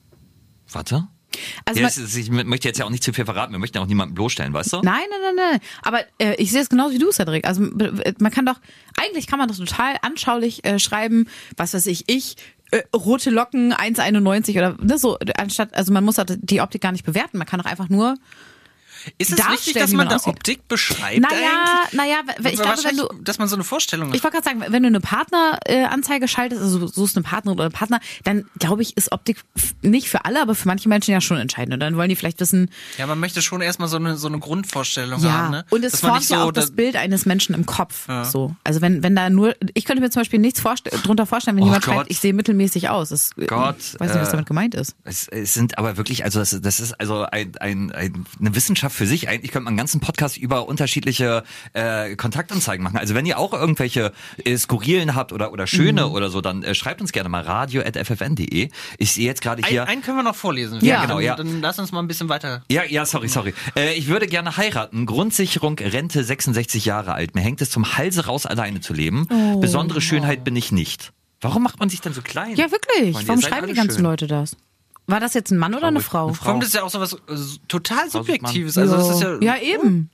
A: warte.
B: Also
A: Ja,
B: man-
A: es ist- ich möchte jetzt ja auch nicht zu viel verraten. Wir möchten ja auch niemanden bloßstellen, weißt du?
B: Nein, nein, nein, nein. Aber äh, ich sehe es genauso wie du, Cedric. Also b- man kann doch, eigentlich kann man das total anschaulich äh, schreiben, was weiß ich, ich, äh, rote Locken, eins Komma einundneunzig oder ne, so, anstatt, also man muss halt die Optik gar nicht bewerten, man kann doch einfach nur,
C: Ist es
B: darstellen,
C: wichtig, dass
B: wie
C: man
B: man
C: da
B: aussieht.
C: Optik beschreibt
B: naja,
C: eigentlich?
B: naja, ich glaube, wenn du,
C: dass man so eine Vorstellung
B: ich wollte gerade sagen, wenn du eine Partneranzeige schaltest, also du suchst eine Partnerin oder einen Partner, dann glaube ich, ist Optik f- nicht für alle, aber für manche Menschen ja schon entscheidend. Und dann wollen die vielleicht wissen,
C: Ja, man möchte schon erstmal so eine, so eine Grundvorstellung
B: ja,
C: haben, ne?
B: und es
C: Dass man
B: formt
C: nicht
B: ja
C: so
B: auch das
C: da-
B: Bild eines Menschen im Kopf. So, also wenn wenn da nur, ich könnte mir zum Beispiel nichts vorstell, drunter vorstellen, wenn
A: Oh
B: jemand
A: Gott.
B: schreibt, ich sehe mittelmäßig aus. Das, äh,
A: Gott,
B: weiß nicht, was
A: äh,
B: damit gemeint ist.
A: Es, es sind aber wirklich, also das, das ist also ein, ein, ein, eine Wissenschaft für sich. Eigentlich könnte man einen ganzen Podcast über unterschiedliche äh, Kontaktanzeigen machen. Also wenn ihr auch irgendwelche äh, skurrilen habt oder oder schöne oder so, dann äh, schreibt uns gerne mal radio at f f n punkt d e. Ich sehe jetzt gerade
C: Ein,
A: hier.
C: einen können wir noch vorlesen.
B: Ja,
A: genau,
C: dann,
A: ja.
C: Dann lass uns mal ein bisschen weiter.
A: Ja, ja, sorry, sorry. Äh, ich würde gerne heiraten. Grundsicherung, Rente, sechsundsechzig Jahre alt. Mir hängt es zum Halse raus, alleine zu leben. Besondere Schönheit bin ich nicht. Warum macht man sich denn so klein?
B: Ja, wirklich.
A: Mann, ihr
B: Warum
A: seid
B: schreiben
A: alle
B: die ganzen
A: schön.
B: Leute das? War das jetzt ein Mann oder eine
A: Traurig.
B: Frau?
A: Eine Frau.
C: Vor allem, das ist ja auch so was äh, total
A: Tausend
C: Subjektives.
A: Mann.
C: Also das ist ja,
B: ja, eben.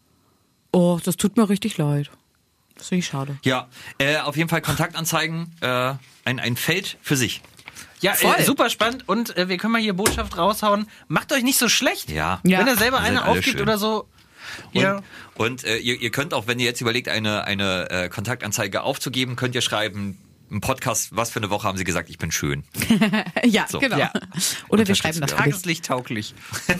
B: Oh, das tut mir richtig leid. Das finde ich schade.
A: Ja, äh, auf jeden Fall Kontaktanzeigen, äh, ein, ein Feld für sich.
C: ja
B: Voll.
C: äh, super spannend. Und äh, wir können mal hier Botschaft raushauen. Macht euch nicht so schlecht.
A: Ja.
B: Ja.
C: Wenn ihr selber
A: Ihr
C: eine
A: seid alle
C: aufgibt
A: schön.
C: oder so.
A: Und,
C: Ja.
A: und äh, ihr, ihr könnt auch, wenn ihr jetzt überlegt, eine, eine äh, Kontaktanzeige aufzugeben, könnt ihr schreiben, im Podcast, was für eine Woche haben sie gesagt, ich bin schön.
B: Ja,
A: So.
B: genau.
C: Ja.
B: Oder wir
A: Unterstützen
B: schreiben das
A: wir.
B: für dich.
C: Tageslicht tauglich.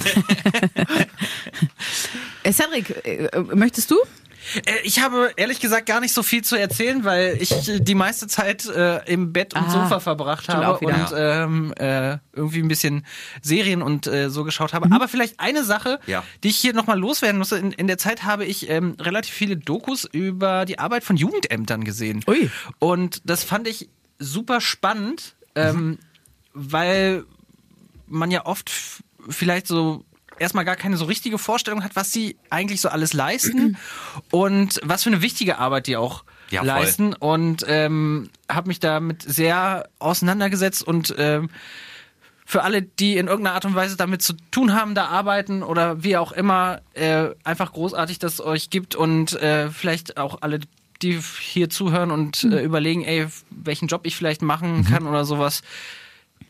B: Äh, Cedric, äh, möchtest du?
C: Äh, ich habe ehrlich gesagt gar nicht so viel zu erzählen, weil ich äh, die meiste Zeit äh, im Bett und
B: Ah,
C: Sofa verbracht
B: stimmt
C: habe
B: auch wieder.
C: und ähm, äh, irgendwie ein bisschen Serien und äh, so geschaut habe.
B: Mhm.
C: Aber vielleicht eine Sache,
A: Ja.
C: die ich hier nochmal loswerden musste. In, in der Zeit habe ich ähm, relativ viele Dokus über die Arbeit von Jugendämtern gesehen.
B: Ui.
C: Und das fand ich super spannend, ähm, weil man ja oft f- vielleicht so erstmal gar keine so richtige Vorstellung hat, was sie eigentlich so alles leisten und was für eine wichtige Arbeit die auch
A: Ja, voll.
C: leisten. Und ähm, habe mich damit sehr auseinandergesetzt und ähm, für alle, die in irgendeiner Art und Weise damit zu tun haben, da arbeiten oder wie auch immer, äh, einfach großartig, dass es euch gibt und äh, vielleicht auch alle, die hier zuhören und äh, überlegen, ey, welchen Job ich vielleicht machen kann oder sowas.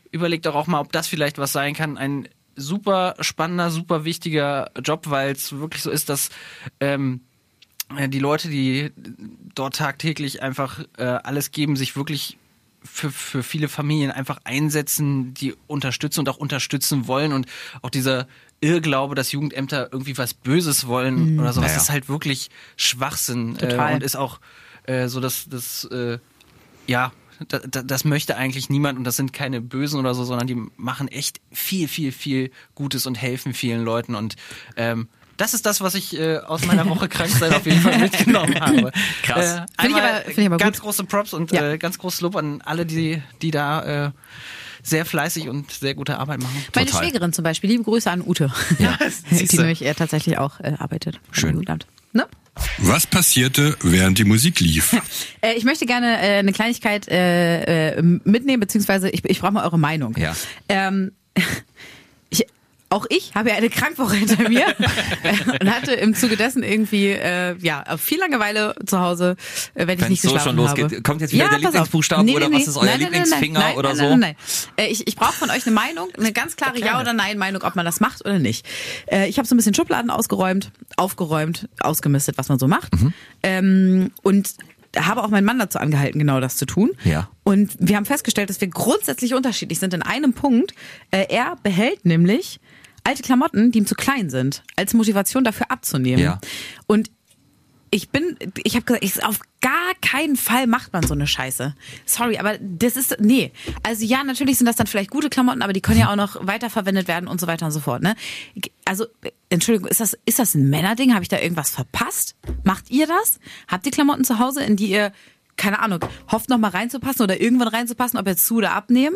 C: überlegt doch auch mal, ob das vielleicht was sein kann. Ein super spannender, super wichtiger Job, weil es wirklich so ist, dass ähm, die Leute, die dort tagtäglich einfach äh, alles geben, sich wirklich für, für viele Familien einfach einsetzen, die unterstützen und auch unterstützen wollen und auch dieser Irrglaube, dass Jugendämter irgendwie was Böses wollen mhm. oder sowas,
A: naja.
C: das ist halt wirklich Schwachsinn.
B: Total.
C: Äh, und ist auch äh, so, dass das, äh, ja, das, das möchte eigentlich niemand und das sind keine Bösen oder so, sondern die machen echt viel, viel, viel Gutes und helfen vielen Leuten und ähm, das ist das, was ich äh, aus meiner Woche krank sein auf jeden Fall mitgenommen habe.
A: Krass.
C: Äh,
B: Find ich aber-
C: einmal
B: find ich aber gut.
C: ganz große Props und
B: Ja.
C: äh, ganz großes Lob an alle, die, die da äh, sehr fleißig und sehr gute Arbeit machen.
B: Meine
A: Total.
B: Schwägerin zum Beispiel, liebe Grüße an Ute,
C: Ja,
B: die
C: siehste.
B: nämlich äh, tatsächlich auch äh, arbeitet.
A: Schön.
B: Jugendamt. Ne?
E: Was passierte, während die Musik lief?
B: Äh, ich möchte gerne äh, eine Kleinigkeit äh, äh, mitnehmen, beziehungsweise ich, ich brauche mal eure Meinung.
A: Ja.
B: Ähm, ich, auch ich habe ja eine Krankwoche hinter mir äh, und hatte im Zuge dessen irgendwie äh, ja viel Langeweile zu Hause, äh, wenn ich
A: Wenn's
B: nicht
A: so
B: geschlafen
A: schon losgeht.
B: habe.
A: Kommt jetzt wieder der
B: pass auf.
A: Lieblingsbuchstabe oder was ist euer Lieblingsfinger
B: nein,
A: oder
B: nein,
A: so?
B: Nein, nein, nein. Äh, ich ich brauche von euch eine Meinung, eine ganz klare Ja- oder Nein-Meinung, ob man das macht oder nicht. Äh, ich habe so ein bisschen Schubladen ausgeräumt, aufgeräumt, ausgemistet, was man so macht.
A: Mhm.
B: Ähm, und habe auch meinen Mann dazu angehalten, genau das zu tun.
A: Ja.
B: Und wir haben festgestellt, dass wir grundsätzlich unterschiedlich sind in einem Punkt. Äh, er behält nämlich alte Klamotten, die ihm zu klein sind, als Motivation dafür abzunehmen.
A: Ja.
B: Und ich bin, ich habe gesagt, ich, auf gar keinen Fall macht man so eine Scheiße. Sorry, aber das ist, nee. Also ja, natürlich sind das dann vielleicht gute Klamotten, aber die können ja auch noch weiterverwendet werden und so weiter und so fort, ne? Also, Entschuldigung, ist das, ist das ein Männerding? Habe ich da irgendwas verpasst? Macht ihr das? Habt ihr Klamotten zu Hause, in die ihr, keine Ahnung, hofft noch mal reinzupassen oder irgendwann reinzupassen, ob jetzt zu oder abnehmen?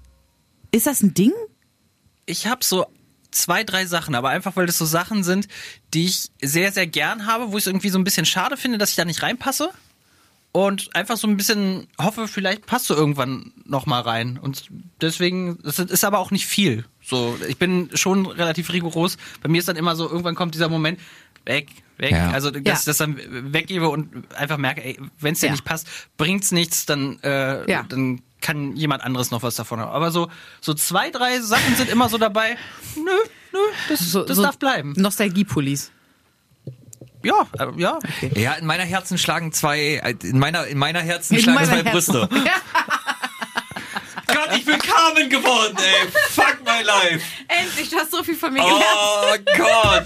B: Ist das ein Ding?
C: Ich habe so zwei, drei Sachen, aber einfach, weil das so Sachen sind, die ich sehr, sehr gern habe, wo ich es irgendwie so ein bisschen schade finde, dass ich da nicht reinpasse und einfach so ein bisschen hoffe, vielleicht passt du irgendwann noch mal rein und deswegen, das ist aber auch nicht viel. So, ich bin schon relativ rigoros. Bei mir ist dann immer so, irgendwann kommt dieser Moment, weg, weg.
A: Ja.
C: Also, dass
B: Ja.
C: ich das dann weggebe und einfach merke, ey, wenn es dir
B: Ja.
C: nicht passt, bringt's nichts, dann, äh,
B: Ja.
C: dann kann jemand anderes noch was davon haben. Aber so, so zwei, drei Sachen sind immer so dabei, nö, nö, das,
B: So,
C: das
B: so
C: darf bleiben.
B: Nostalgie-Pullis.
C: Ja, äh, ja.
A: Ja, in meiner Herzen schlagen zwei, in meiner, in meiner Herzen
B: In
A: schlagen
B: meiner
A: zwei
B: Herzen.
A: Brüste. Gott, ich bin Carmen geworden, ey. Fuck my life.
B: Endlich, du hast so viel von mir gelernt.
A: Oh Gott.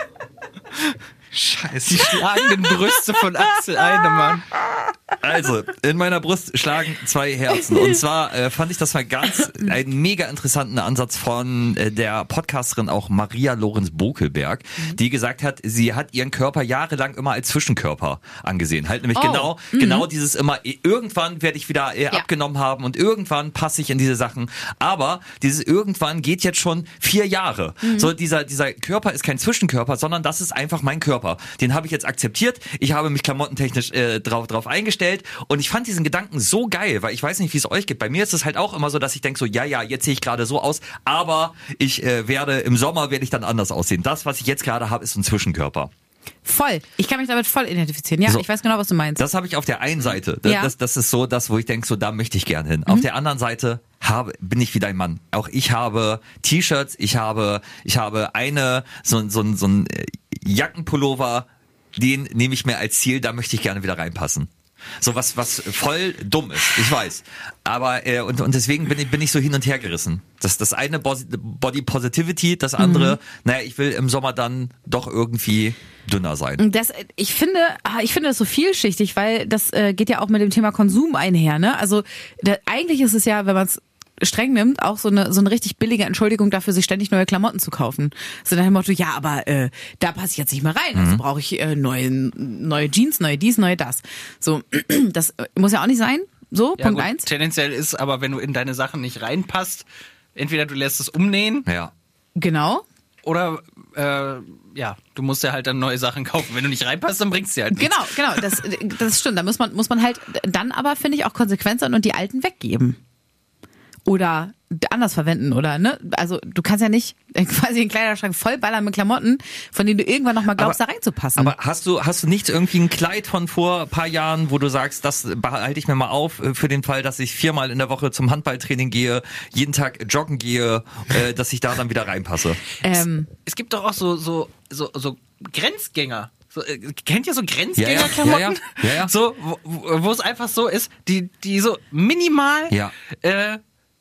A: Scheiße.
C: Die schlagenden Brüste von Axel Einemann.
A: Also, in meiner Brust schlagen zwei Herzen. Und zwar äh, fand ich das mal ganz einen mega interessanten Ansatz von äh, der Podcasterin auch Maria Lorenz Bokelberg, die gesagt hat, sie hat ihren Körper jahrelang immer als Zwischenkörper angesehen. Halt nämlich
B: Oh.
A: genau, genau dieses immer, irgendwann werde ich wieder äh, abgenommen haben und irgendwann passe ich in diese Sachen. Aber dieses irgendwann geht jetzt schon vier Jahre. So, dieser, dieser Körper ist kein Zwischenkörper, sondern das ist einfach mein Körper. Den habe ich jetzt akzeptiert. Ich habe mich klamottentechnisch äh, drauf, drauf eingestellt und ich fand diesen Gedanken so geil, weil ich weiß nicht, wie es euch geht. Bei mir ist es halt auch immer so, dass ich denke so, ja, ja, jetzt sehe ich gerade so aus, aber ich äh, werde, im Sommer werde ich dann anders aussehen. Das, was ich jetzt gerade habe, ist ein Zwischenkörper.
B: Voll. Ich kann mich damit voll identifizieren. Ja,
A: So.
B: ich weiß genau, was du meinst.
A: Das habe ich auf der einen Seite. Das,
B: Ja.
A: das, das ist so das, wo ich denke, so da möchte ich gern hin. Auf der anderen Seite habe, bin ich wie dein Mann. Auch ich habe T-Shirts, ich habe, ich habe eine, so, so, so ein äh, Jackenpullover, den nehme ich mir als Ziel, da möchte ich gerne wieder reinpassen. So was, was voll dumm ist, ich weiß. Aber äh, und, und deswegen bin ich, bin ich so hin und her gerissen. Das, das eine Body Positivity, das andere, naja, ich will im Sommer dann doch irgendwie dünner sein.
B: Das, ich finde, ah, ich finde das so vielschichtig, weil das äh, geht ja auch mit dem Thema Konsum einher, ne? Also da, eigentlich ist es ja, wenn man es streng nimmt, auch so eine so eine richtig billige Entschuldigung dafür, sich ständig neue Klamotten zu kaufen. So nach dem Motto, ja, aber äh, da passe ich jetzt nicht mehr rein, also brauche ich äh, neue neue Jeans, neue dies, neue das. So, das muss ja auch nicht sein. So,
C: Ja,
B: Punkt
C: gut,
B: eins.
C: tendenziell ist aber, wenn du in deine Sachen nicht reinpasst, entweder du lässt es umnähen
A: Ja.
B: Genau.
C: oder äh, ja, du musst ja halt dann neue Sachen kaufen. Wenn du nicht reinpasst, dann bringst du halt nichts.
B: Genau, genau, das, das stimmt. Da muss man, muss man halt dann aber, finde ich, auch konsequent sein und die alten weggeben. Oder anders verwenden oder ne? Also du kannst ja nicht quasi den Kleiderschrank vollballern mit Klamotten, von denen du irgendwann nochmal glaubst,
A: aber,
B: da reinzupassen.
A: Aber hast du hast du nicht irgendwie ein Kleid von vor ein paar Jahren, wo du sagst, das behalte ich mir mal auf für den Fall, dass ich viermal in der Woche zum Handballtraining gehe, jeden Tag joggen gehe, äh, dass ich da dann wieder reinpasse?
B: Ähm,
C: Es gibt doch auch so so so, so Grenzgänger. So, äh, kennt ihr so Grenzgängerklamotten?
A: Ja, ja. Ja, ja. Ja.
C: So, wo, wo es einfach so ist, die die so minimal
A: Ja.
C: äh,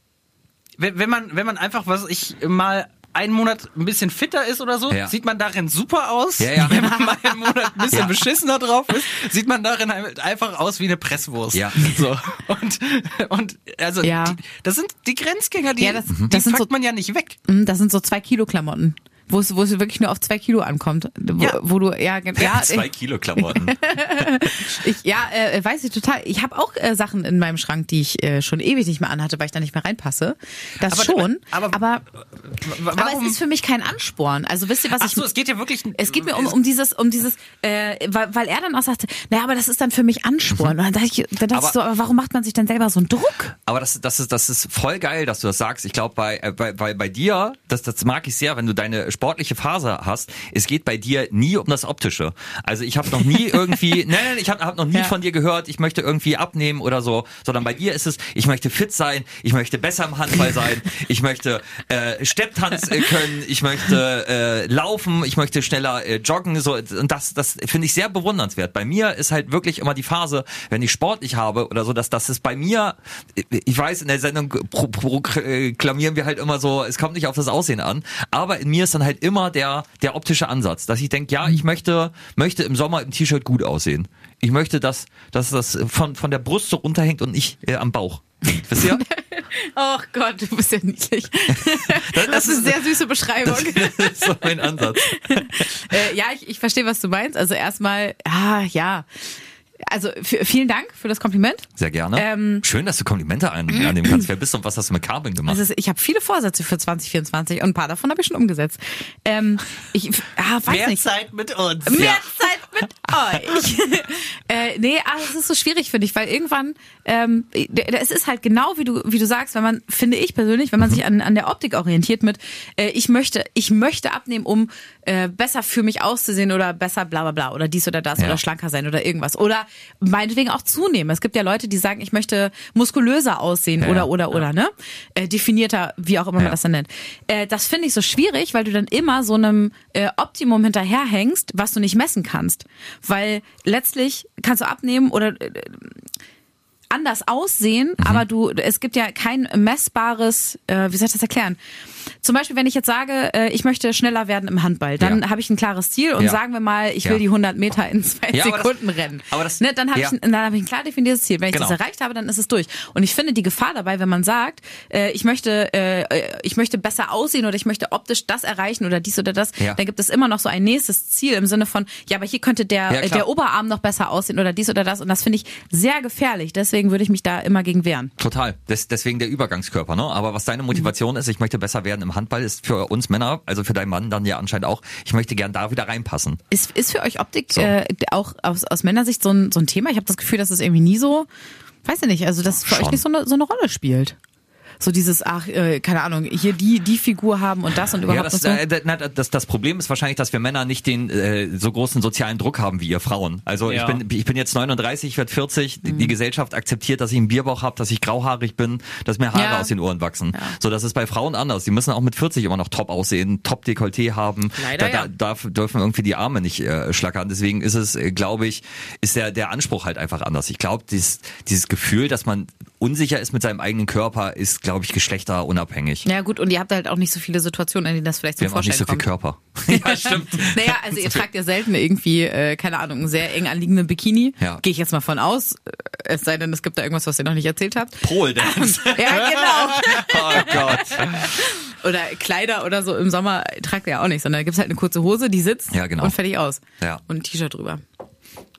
C: wenn, wenn man wenn man einfach, was ich mal einen Monat ein bisschen fitter ist oder so,
A: Ja.
C: sieht man darin super aus.
A: Ja, ja.
C: Wenn man mal einen Monat ein bisschen
A: Ja.
C: beschissener drauf ist, sieht man darin halt einfach aus wie eine Presswurst.
A: Ja.
C: So. Und, und also
B: Ja.
C: die, das sind die Grenzgänger, die,
B: Ja, das-
C: die
B: das sind
C: packt
B: so-
C: man ja nicht weg.
B: mh, das sind so zwei Kilo Klamotten. Wo es, wo es wirklich nur auf zwei Kilo ankommt. Wo,
C: Ja.
B: wo du, ja, ge- ja,
A: Zwei Kilo Klamotten.
B: ich, ja, äh, weiß ich total. Ich habe auch äh, Sachen in meinem Schrank, die ich äh, schon ewig nicht mehr anhatte, weil ich da nicht mehr reinpasse. Das
C: Aber-
B: schon.
C: aber-
B: aber,
C: Warum?
B: aber es ist für mich kein Ansporn. Also wisst ihr, was
C: Ach
B: ich...
C: so, es geht ja wirklich.
B: Es geht mir um, um dieses, um dieses, äh, weil, weil er dann auch sagte, naja, aber das ist dann für mich Ansporn. Und dann dachte ich, dann dachte
A: Aber-
B: ich so, aber warum macht man sich dann selber so einen Druck?
A: Aber das, das ist, das ist voll geil, dass du das sagst. Ich glaube, bei, äh, bei, bei, bei dir, das, das mag ich sehr, wenn du deine sportliche Phase hast. Es geht bei dir nie um das Optische. Also ich habe noch nie irgendwie, nein, nein, ich habe hab noch nie
B: Ja.
A: von dir gehört, ich möchte irgendwie abnehmen oder so, sondern bei dir ist es, ich möchte fit sein, ich möchte besser im Handball sein, ich möchte äh, Stepptanz äh, können, ich möchte äh, laufen, ich möchte schneller äh, joggen, so, und das, das finde ich sehr bewundernswert. Bei mir ist halt wirklich immer die Phase, wenn ich sportlich habe oder so, dass das ist bei mir, ich weiß, in der Sendung pro, proklamieren wir halt immer so, es kommt nicht auf das Aussehen an, aber in mir ist dann halt immer der der optische Ansatz, dass ich denke, ja, ich möchte möchte im Sommer im T-Shirt gut aussehen. Ich möchte, dass, dass das von von der Brust so runterhängt und nicht äh, am Bauch. Wisst ihr?
B: Oh Gott, du bist ja niedlich.
A: Das,
B: Das ist eine sehr süße Beschreibung.
A: das ist so mein Ansatz.
B: äh, ja, ich, ich verstehe, was du meinst. Also erstmal, ah, ja. Also f- vielen Dank für das Kompliment.
A: Sehr gerne.
B: Ähm,
A: Schön, dass du Komplimente an, annehmen kannst. Wer bist du und was hast du mit Kabeln gemacht?
B: Also ich habe viele Vorsätze für zwanzig vierundzwanzig und ein paar davon habe ich schon umgesetzt. Ähm, ich ah, weiß
C: Mehr
B: nicht.
C: Zeit mit uns.
B: Mehr
A: Ja.
B: Zeit mit euch. äh, nee, aber es ist so schwierig, finde ich, weil irgendwann, ähm, es ist halt genau wie du, wie du sagst, wenn man, finde ich persönlich, wenn man sich an, an der Optik orientiert mit, äh, ich möchte, ich möchte abnehmen, um äh, besser für mich auszusehen oder besser bla bla bla oder dies oder das
A: Ja.
B: oder schlanker sein oder irgendwas. Oder meinetwegen auch zunehmen. Es gibt ja Leute, die sagen, ich möchte muskulöser aussehen
A: Ja.
B: oder oder oder, ne? Äh, definierter, wie auch immer man
A: Ja.
B: das dann nennt. Äh, das finde ich so schwierig, weil du dann immer so einem äh, Optimum hinterherhängst, was du nicht messen kannst. Weil letztlich kannst du abnehmen oder äh, anders aussehen,
A: Mhm.
B: aber du, es gibt ja kein messbares, äh, wie soll ich das erklären? Zum Beispiel, wenn ich jetzt sage, äh, ich möchte schneller werden im Handball, dann
A: Ja.
B: habe ich ein klares Ziel und
A: Ja.
B: sagen wir mal, ich will
A: Ja.
B: die hundert Meter in zwei
A: Ja, aber das-
B: Sekunden rennen.
A: aber das-
B: ne, dann habe
A: ja.
B: ich, ein- dann habe ich ein klar definiertes Ziel. Wenn ich
A: Genau.
B: das erreicht habe, dann ist es durch. Und ich finde die Gefahr dabei, wenn man sagt, äh, ich möchte, äh, ich möchte besser aussehen oder ich möchte optisch das erreichen oder dies oder das,
A: Ja.
B: dann gibt es immer noch so ein nächstes Ziel im Sinne von, ja, aber hier könnte der,
A: Ja,
B: äh,
A: klar.
B: der Oberarm noch besser aussehen oder dies oder das. Und das finde ich sehr gefährlich. Deswegen würde ich mich da immer gegen wehren.
A: Total. Des, deswegen der Übergangskörper, ne? Aber was deine Motivation ist, ich möchte besser werden im Handball, ist für uns Männer, also für deinen Mann dann ja anscheinend auch, ich möchte gern da wieder reinpassen.
B: Ist, ist für euch Optik
A: So.
B: äh, auch aus, aus Männersicht so ein, so ein Thema? Ich habe das Gefühl, dass es irgendwie nie so, weiß ich nicht, also dass es für
A: Schon.
B: euch nicht so eine, so eine Rolle spielt. So dieses, ach, äh, keine Ahnung, hier die die Figur haben und das und überhaupt
A: Ja, das,
B: so.
A: äh, na, das, das Problem ist wahrscheinlich, dass wir Männer nicht den äh, so großen sozialen Druck haben wie ihr Frauen. Also
C: Ja.
A: ich bin ich bin jetzt neununddreißig, ich werde vierzig. Die,
B: Mhm.
A: die Gesellschaft akzeptiert, dass ich einen Bierbauch habe, dass ich grauhaarig bin, dass mir Haare
B: Ja.
A: aus den Ohren wachsen.
B: Ja.
A: So, das ist bei Frauen anders. Die müssen auch mit vierzig immer noch top aussehen, top Dekolleté haben.
B: Leider,
A: da, da
B: ja.
A: darf, dürfen irgendwie die Arme nicht äh, schlackern. Deswegen ist es, äh, glaube ich, ist der der Anspruch halt einfach anders. Ich glaube, dieses dieses Gefühl, dass man unsicher ist mit seinem eigenen Körper, ist, glaube ich, geschlechterunabhängig.
B: Ja gut, und ihr habt halt auch nicht so viele Situationen, in denen das vielleicht zum
A: Wir haben auch nicht
B: Vorschein
A: so viel
B: kommt.
A: Körper. Ja, stimmt.
B: Naja, also ihr tragt ja selten irgendwie, äh, keine Ahnung, einen sehr eng anliegenden Bikini.
A: Ja.
B: Gehe ich jetzt mal von aus. Äh, Es sei denn, es gibt da irgendwas, was ihr noch nicht erzählt habt.
A: Pole Dance.
B: Ja, genau.
A: Oh Gott.
B: Oder Kleider oder so im Sommer tragt ihr ja auch nicht, sondern da gibt's halt eine kurze Hose, die sitzt
A: Ja, genau.
B: und fertig aus.
A: Ja.
B: Und ein T-Shirt drüber.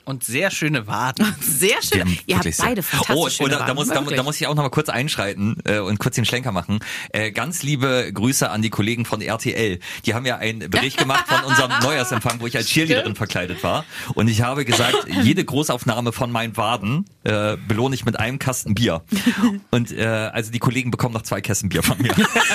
C: Und sehr schöne Waden.
B: Sehr schön. Ihr habt beide fantastische
A: Oh, da, da, muss, da, da muss ich auch noch mal kurz einschreiten äh, und kurz den Schlenker machen. Äh, ganz liebe Grüße an die Kollegen von R T L. Die haben ja einen Bericht gemacht von unserem Neujahrsempfang, wo ich als Cheerleaderin verkleidet war. Und ich habe gesagt, jede Großaufnahme von meinen Waden äh, belohne ich mit einem Kasten Bier. Und äh, also die Kollegen bekommen noch zwei Kästen Bier von mir.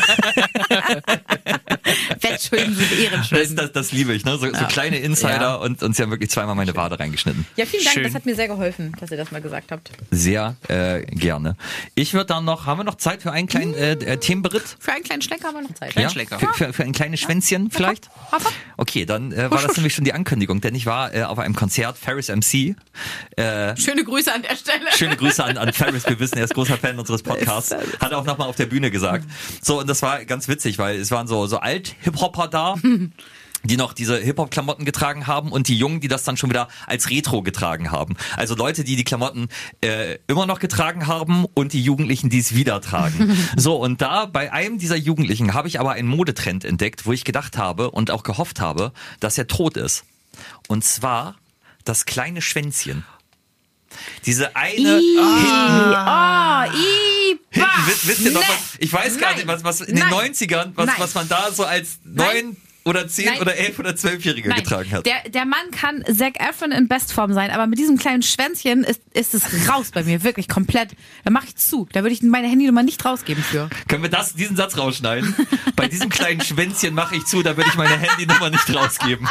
B: Wettschulden sind
A: Das,
B: Ehrenschulden.
A: das, das liebe ich, ne? So, so kleine Insider
B: Ja.
A: und, und sie haben wirklich zweimal meine Wade reingeschnitten.
B: Ja, vielen Dank,
C: Schön.
B: das hat mir sehr geholfen, dass ihr das mal gesagt habt.
A: Sehr äh, gerne. Ich würde dann noch, haben wir noch Zeit für einen kleinen äh, äh, Themenberitt?
B: Für einen kleinen Schlecker haben wir noch Zeit.
A: Ja?
C: Schlecker.
A: Für, für, für ein kleines Schwänzchen vielleicht?
B: Hafer?
A: Okay, dann äh, war das nämlich schon die Ankündigung, denn ich war äh, auf einem Konzert, Ferris M C. Äh,
B: Schöne Grüße an der Stelle.
A: Schöne Grüße an, an Ferris, wir wissen, er ist großer Fan unseres Podcasts. Hat er auch nochmal auf der Bühne gesagt. So, und das war ganz witzig, weil es waren so, so Alt-Hip-Hopper da, die noch diese Hip-Hop-Klamotten getragen haben und die Jungen, die das dann schon wieder als Retro getragen haben. Also Leute, die die Klamotten äh, immer noch getragen haben und die Jugendlichen, die es wieder tragen. So, und da bei einem dieser Jugendlichen habe ich aber einen Modetrend entdeckt, wo ich gedacht habe und auch gehofft habe, dass er tot ist. Und zwar das kleine Schwänzchen. Diese eine
B: Ih,
A: hinten,
B: oh, i,
A: hinten
B: bah.
A: wisst, wisst ihr noch
B: Nee.
A: was? Ich weiß gar
B: Nein.
A: nicht, was, was in den
B: Nein.
A: neunzigern, was,
B: Nein.
A: was man da so als
B: Nein.
A: neun oder zehn
B: Nein.
A: oder elf oder zwölfjährige
B: Nein,
A: getragen hat.
B: der, der Mann kann Zac Efron in Bestform sein, aber mit diesem kleinen Schwänzchen ist, ist es raus bei mir, wirklich komplett. Da mache ich zu. Da würde ich meine Handynummer nicht rausgeben für.
A: Können wir das, diesen Satz rausschneiden? Bei diesem kleinen Schwänzchen mache ich zu, da würde ich meine Handynummer nicht rausgeben.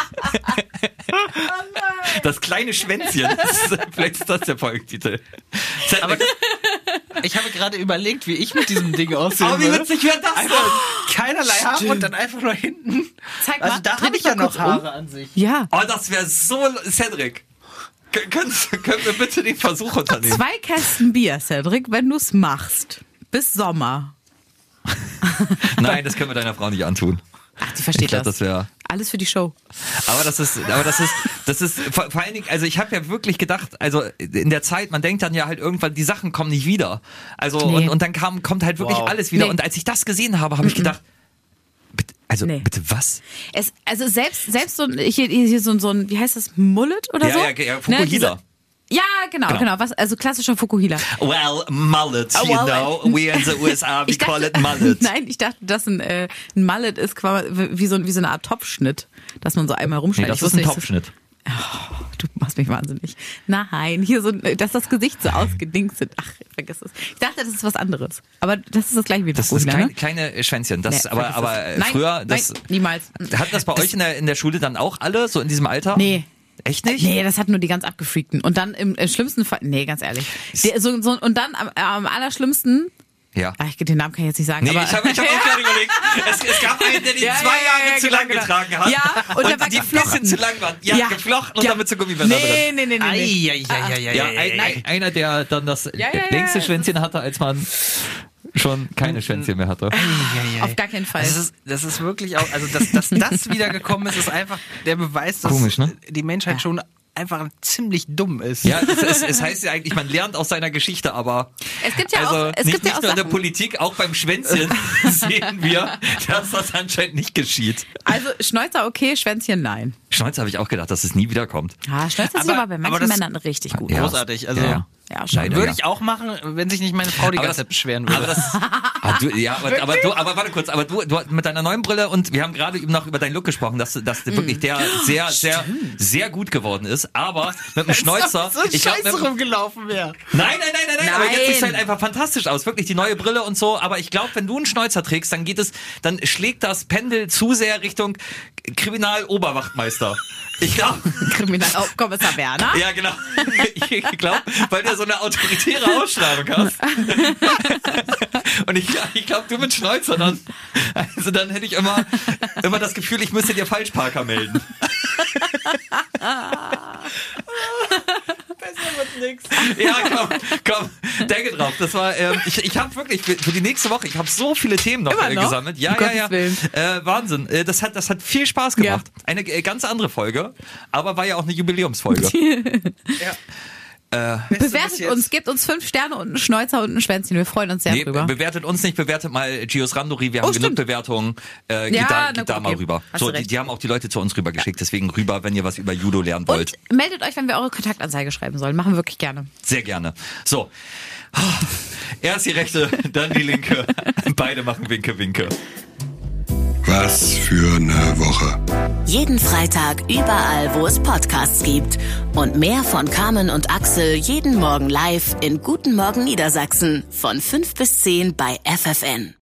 A: Das kleine Schwänzchen. Das ist, vielleicht ist das der Folgentitel.
C: Aber ich habe gerade überlegt, wie ich mit diesem Ding aussehen
A: Aber wie
C: würde.
A: witzig wäre das
C: Einfach
A: denn?
C: keinerlei Haare und dann einfach nur hinten.
B: Zeig mal.
C: Also da
B: dreh
C: habe
B: dich
C: ich ja
B: mal
C: noch
B: kurz um.
C: Haare an sich.
B: Ja.
A: Oh, das wäre so... Cedric, können, können wir bitte den Versuch unternehmen?
B: Zwei Kästen Bier, Cedric, wenn du es machst. Bis Sommer.
A: Nein, das können wir deiner Frau nicht antun.
B: Ach, die versteht
A: Ich glaub,
B: das.
A: das wäre...
B: Alles für die Show.
A: Aber das ist, aber das ist, das ist vor, vor allen Dingen, also ich habe ja wirklich gedacht, also in der Zeit, man denkt dann ja halt irgendwann, die Sachen kommen nicht wieder. Also
B: Nee.
A: und, und dann kam, kommt halt wirklich
C: Wow.
A: alles wieder.
B: Nee.
A: Und als ich das gesehen habe, habe ich gedacht, bitte, also
B: Nee.
A: bitte was?
B: Es, also selbst, selbst so ein, hier, hier so, ein- so ein, wie heißt das, Mullet oder
A: Ja,
B: so?
A: ja, ja, Fukuhila.
B: diese- Ja, genau,
A: Genau.
B: genau, was, also klassischer Fukuhila.
A: Well, mullet,
B: Oh,
A: you
B: well,
A: know, we in the U S A, we
B: Ich
A: call
B: dachte-
A: it mullet.
B: Nein, ich dachte, dass ein, äh, ein Mullet ist quasi wie so, wie so eine Art Topfschnitt, dass man so einmal
A: Nee,
B: rumschneidet.
A: das
B: Ich
A: ist ein
B: wusste nicht,
A: Topfschnitt.
B: Du machst mich wahnsinnig. Nein, hier so, dass das Gesicht so ausgedingst ist. Ach, vergiss es. Ich dachte, das ist was anderes. Aber das ist das gleiche wie
A: Das ist das
B: Fukuhila,
A: kleine,
B: ne?
A: kleine Schwänzchen. Das,
B: Nee,
A: aber,
B: vergiss
A: aber
B: es.
A: äh,
B: Nein,
A: früher, das,
B: nein, niemals.
A: hatten das bei euch in der, in der Schule dann auch alle, so in diesem Alter?
B: Nee.
A: Echt nicht?
B: Nee, das hatten nur die ganz abgefreakten. Und dann im, im schlimmsten Fall, nee, ganz ehrlich. Der, so, so, und dann am, am allerschlimmsten,
A: Ja.
B: ach, ich, den Namen kann ich jetzt nicht sagen.
A: Nee,
B: aber
A: ich habe ich hab auch gerade überlegt. Es, es gab einen, der die
B: Ja,
A: zwei
B: ja,
A: Jahre
B: ja,
A: zu
B: genau,
A: lang
B: genau.
A: getragen hat.
B: Ja, und der war
A: die ein
B: geflochten.
A: bisschen zu lang waren. Ja,
B: Ja.
A: geflochten und
B: Ja.
A: dann mit so Gummibändern
B: Nee,
A: drin.
B: nee, nee, nee, nee.
C: Eieieiei.
A: Ja, ein, ein, einer, der dann das
B: ja, ja,
A: längste
B: ja.
A: Schwänzchen hatte, als man schon keine Schwänzchen mehr hatte.
B: Auf gar keinen Fall.
C: Das ist, das ist wirklich auch, also dass, dass das wiedergekommen ist, ist einfach der Beweis, dass
A: Komisch, ne?
C: die Menschheit schon einfach ziemlich dumm ist.
A: Ja, es, es, es heißt ja eigentlich, man lernt aus seiner Geschichte, aber
B: Es gibt ja
A: also
B: auch, es
A: nicht,
B: gibt ja
A: nicht
B: auch
A: nur in der
B: Sachen.
A: Politik, auch beim Schwänzchen sehen wir, dass das anscheinend nicht geschieht.
B: Also Schnäuzer okay, Schwänzchen nein.
A: Schnäuzer habe ich auch gedacht, dass es nie wiederkommt.
B: Ah, Schnäuzer ist
C: Aber-
B: aber bei
C: aber
B: manchen
C: das-
B: Männern richtig gut.
A: Ja.
C: Großartig. Also
A: Ja, ja.
B: Ja, schon.
A: Leider,
C: würde
A: ja.
C: ich auch machen, wenn sich nicht meine Frau die
A: Aber
C: ganze
A: das-
C: Zeit beschweren würde.
A: Aber das, ah, du, ja, aber, aber du, aber warte kurz, aber du, du mit deiner neuen Brille und wir haben gerade eben noch über deinen Look gesprochen, dass, dass wirklich der sehr, sehr, sehr gut geworden ist. Aber mit dem Schnäuzer,
C: so
A: ich glaube,
C: scheiße rumgelaufen wäre.
A: Nein, nein, nein, nein, nein, aber jetzt sieht es
B: Nein.
A: halt einfach fantastisch aus. Wirklich die neue Brille und so. Aber ich glaube, wenn du einen Schnäuzer trägst, dann geht es, dann schlägt das Pendel zu sehr Richtung Kriminaloberwachtmeister. Ich glaube,
B: Kriminalkommissar Werner.
A: ja genau. Ich glaube, weil der so eine autoritäre Ausstrahlung hast. Und ich, ich glaube, du mit Schnäuzer dann, also dann hätte ich immer, immer das Gefühl, ich müsste dir Falschparker melden.
C: Besser wird nix.
A: Ja, komm, komm, denke drauf. Das war, ähm, ich, ich habe wirklich für, für die nächste Woche, ich habe so viele Themen noch,
B: Immer
A: äh,
B: noch?
A: gesammelt. Ja,
B: Um
A: ja,
B: Gottes
A: ja.
B: Willen.
A: Äh, Wahnsinn. Äh, das hat, das hat viel Spaß gemacht. Eine äh, ganz andere Folge, aber war ja auch eine Jubiläumsfolge. Äh,
B: Bewertet uns, gebt uns fünf Sterne und einen Schnäuzer und ein Schwänzchen. Wir freuen uns sehr
A: nee,
B: drüber.
A: bewertet uns nicht, bewertet mal Gios Randori. Wir haben
B: Oh,
A: genug
B: stimmt.
A: Bewertungen. Äh, geht
B: Ja,
A: da,
B: na
A: geht da
B: gut,
A: mal
B: okay.
A: rüber.
B: Hast
A: So,
B: du
A: die,
B: recht.
A: die haben auch die Leute zu uns rübergeschickt. Deswegen rüber, wenn ihr was über Judo lernen wollt.
B: Und meldet euch, wenn wir eure Kontaktanzeige schreiben sollen. Machen wir wirklich gerne.
A: Sehr gerne. So. Erst die rechte, dann die linke. Beide machen Winke, Winke.
E: Was für eine Woche.
D: Jeden Freitag überall, wo es Podcasts gibt. Und mehr von Carmen und Axel jeden Morgen live in Guten Morgen Niedersachsen von fünf bis zehn bei F F N.